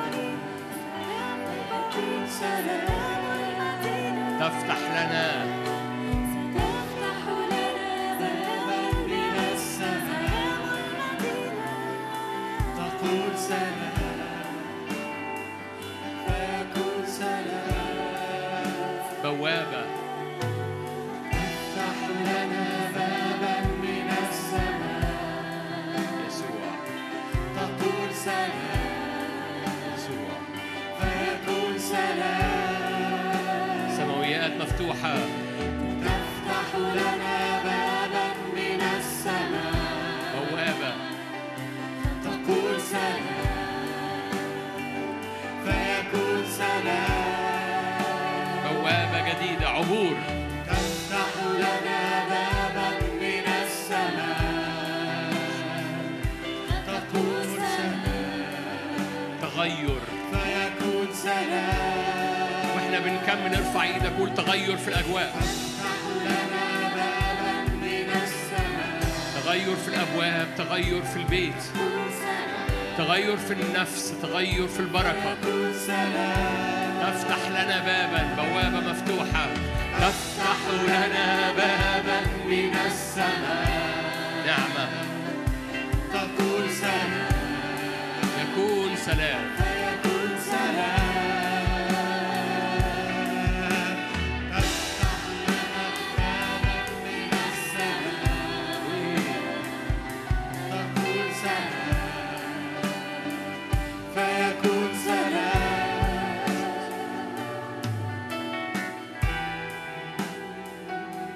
تقول سلام. تفتح لنا. تفتح لنا بابا من السماء. تقول سلام فيكون سلام. بوابة. افتح لنا بابا من السماء. يسوع. تقول سلام يسوع. فيكون سلام. سماويات مفتوحة. تفتح لنا بابا من السماء. بوابة. تقول سلام فيكون سلام. بوابة جديدة. عبور. تفتح لنا بابا من السماء. تقول سلام تغير. فيكون سلام. واحنا بنكمل ارفع ايدك قول تغير في الأجواء. تفتح لنا بابا من السماء. تغير في الأبواب. تغير في البيت. تغير في النفس. تغير في البركة. تقول سلام تفتح لنا بابا. بوابة مفتوحة. تفتح لنا بابا من السماء. نعمة. تقول سلام يكون سلام. فيكون سلام. تفتح لنا بابا من السماء. تقول سلام فيكون سلام.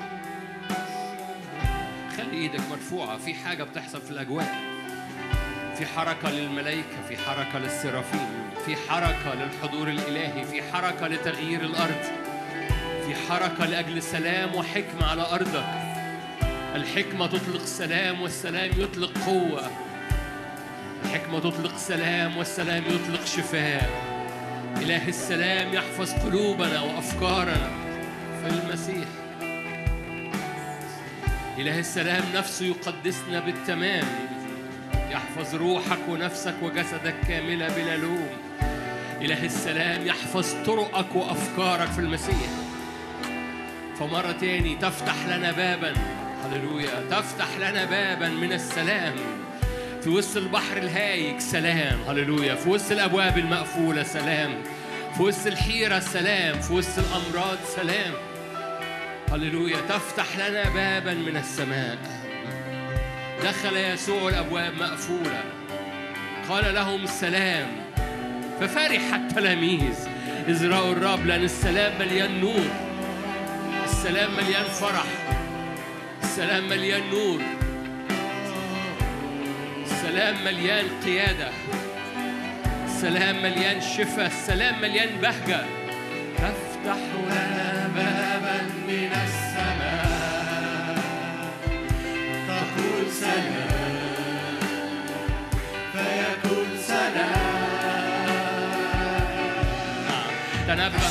خلي ايدك مرفوعة. في حاجة بتحصل في الأجواء. في حركة للملائكة، في حركة للسرافيم، في حركة للحضور الإلهي، في حركة لتغيير الأرض، في حركة لأجل سلام وحكمة على أرضك. الحكمة تطلق سلام والسلام يطلق قوة. الحكمة تطلق سلام والسلام يطلق شفاء. إله السلام يحفظ قلوبنا وأفكارنا في المسيح. إله السلام نفسه يقدسنا بالتمام، يحفظ روحك ونفسك وجسدك كاملة بلا لوم. إله السلام يحفظ طرقك وأفكارك في المسيح. فمرة تاني تفتح لنا بابا، هللويا، تفتح لنا بابا من السلام في وسط البحر الهايج. سلام، هللويا، في وسط الأبواب المقفولة سلام، في وسط الحيرة سلام، في وسط الأمراض سلام، هللويا. تفتح لنا بابا من السماء. دخل يسوع الأبواب مقفولة، قال لهم السلام، ففرح التلاميذ إذ رأوا الرب، لأن السلام مليان نور، السلام مليان فرح، السلام مليان نور، السلام مليان قيادة، السلام مليان شفاء، السلام مليان بهجة. تفتح لنا بابا من السماء، تقول سلام فيكون سلام. تنبأ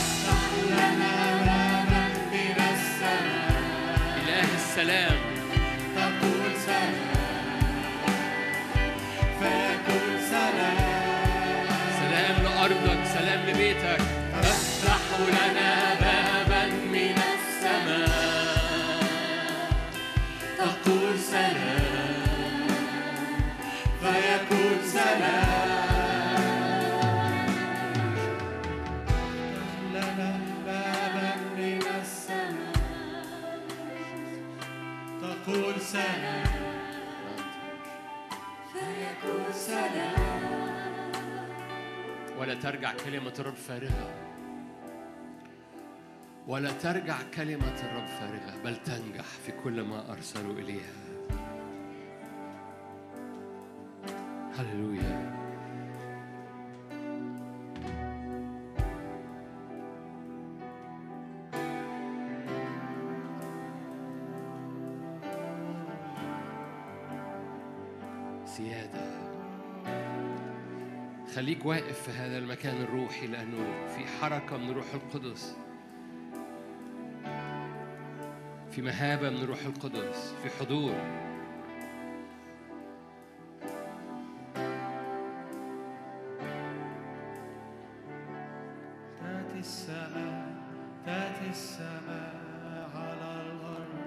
من السماء، إله السلام تقول سلام فيكون سلام. سلام لأرضك، سلام لبيتك. تفتح لنا بابا من السماء، تقول سلام فيكون سلام. لنا بابا من السماء، تقول سلام فيكون سلام. ولا ترجع كلمة الرب فارغة، ولا ترجع كلمة الرب فارغة، بل تنجح في كل ما أرسلوا إليها. هللويا. سيادة. خليك واقف في هذا المكان الروحي، لأنه في حركة من روح القدس، في مهابة من روح القدس، في حضور. تأتي السماء، تأتي السماء على الأرض،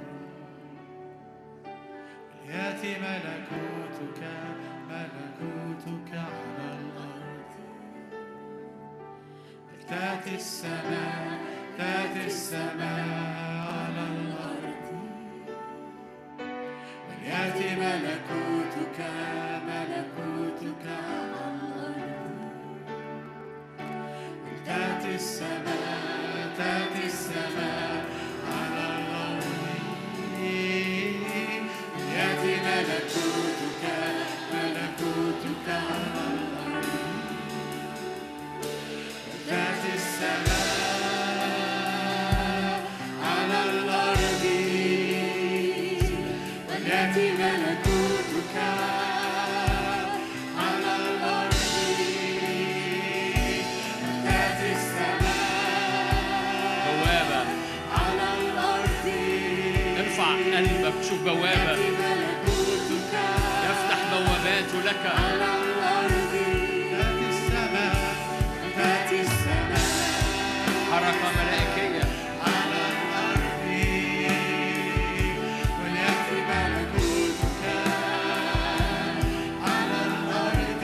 يأتي ملكوتك، ملكوتك على الأرض. تأتي السماء، تأتي السماء على الأرض، وليأتي ملكوتك، ملكوتك على الأرض. تأتي السماء، تأتي السماء على الأرض، يأتي ملكوتك، ملكوتك على الأرض. تأتي السماء على الأرض، ويأتي ملكوتك على الأرض. تأتي السماء بوابة على الأرض، ارفع قلبك، شوف بوابة يفتح بواباته لك. على الأرض. تأتي السماء، تأتي السماء حركة ملائكية على الأرض، وليأتي ملكوتك على الأرض.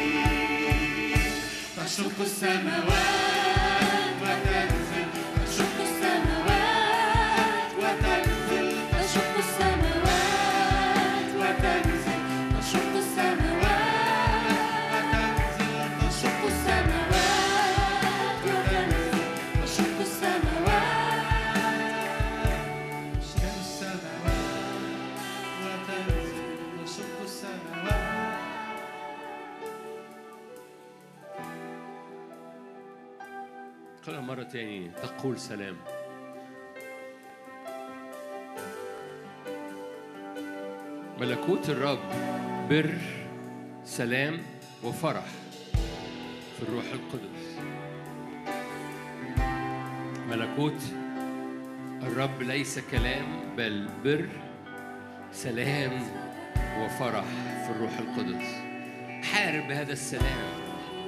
تشق السماوات وتنزل، تشق السماوات وتنزل، تشق السماوات وتنزل، تشق السماوات وتنزل، تشق السماوات وتنزل، تشق السماوات نقولها مرة تاني. تقول سلام. ملكوت الرب بر سلام وفرح في الروح القدس. ملكوت الرب ليس كلام بل بر سلام وفرح في الروح القدس. حارب هذا السلام.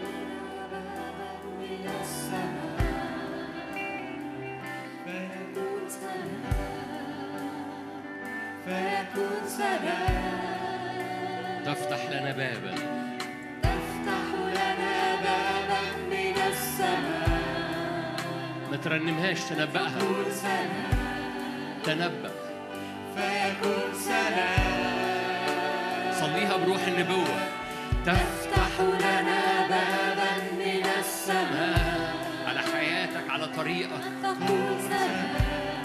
فيكون سلام. تفتح لنا بابا. تفتح لنا بابا من السماء. ما ترنمهاش، تنبأها. فيكون سلام. تنبأ. فيكون سلام. صليها بروح النبوة. تفتح لنا بابا من السماء. على حياتك، على طريقك. تقول سلام.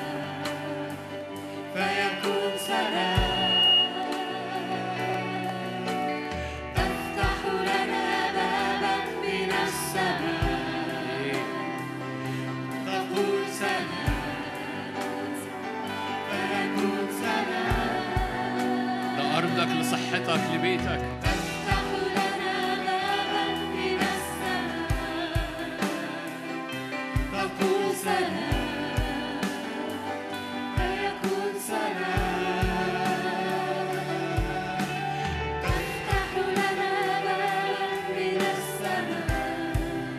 فيكون سلام. تفتح لنا بابا من السماء. تقول سلام. فيكون سلام. لأرضك، لصحتك، لبيتك. تفتح لنا بابا من السماء. تقول سلام. فيكون سلام. تفتح لنا بابا من السماء.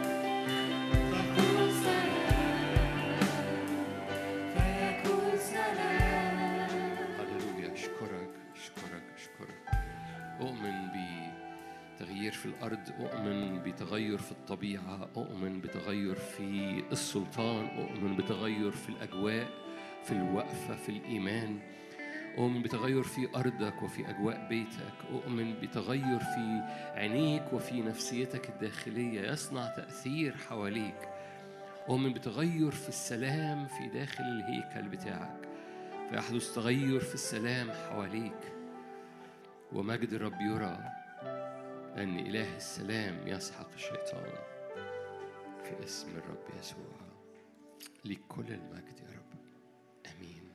تقول سلام. فيكون سلام. هللويا. أشكرك أشكرك أشكرك. أؤمن بتغيير في الأرض، أؤمن بتغير في الطبيعة، أؤمن بتغير في السلطان، أؤمن بتغير في الأجواء، في الوقفة، في الإيمان. أؤمن بتغير في أرضك وفي أجواء بيتك. أؤمن بتغير في عينيك وفي نفسيتك الداخلية يصنع تأثير حواليك. أؤمن بتغير في السلام في داخل الهيكل بتاعك، فيحدث تغير في السلام حواليك، ومجد الرب يرى، أن إله السلام يسحق الشيطان في اسم الرب يسوع. لكل المجد يا رب. آمين.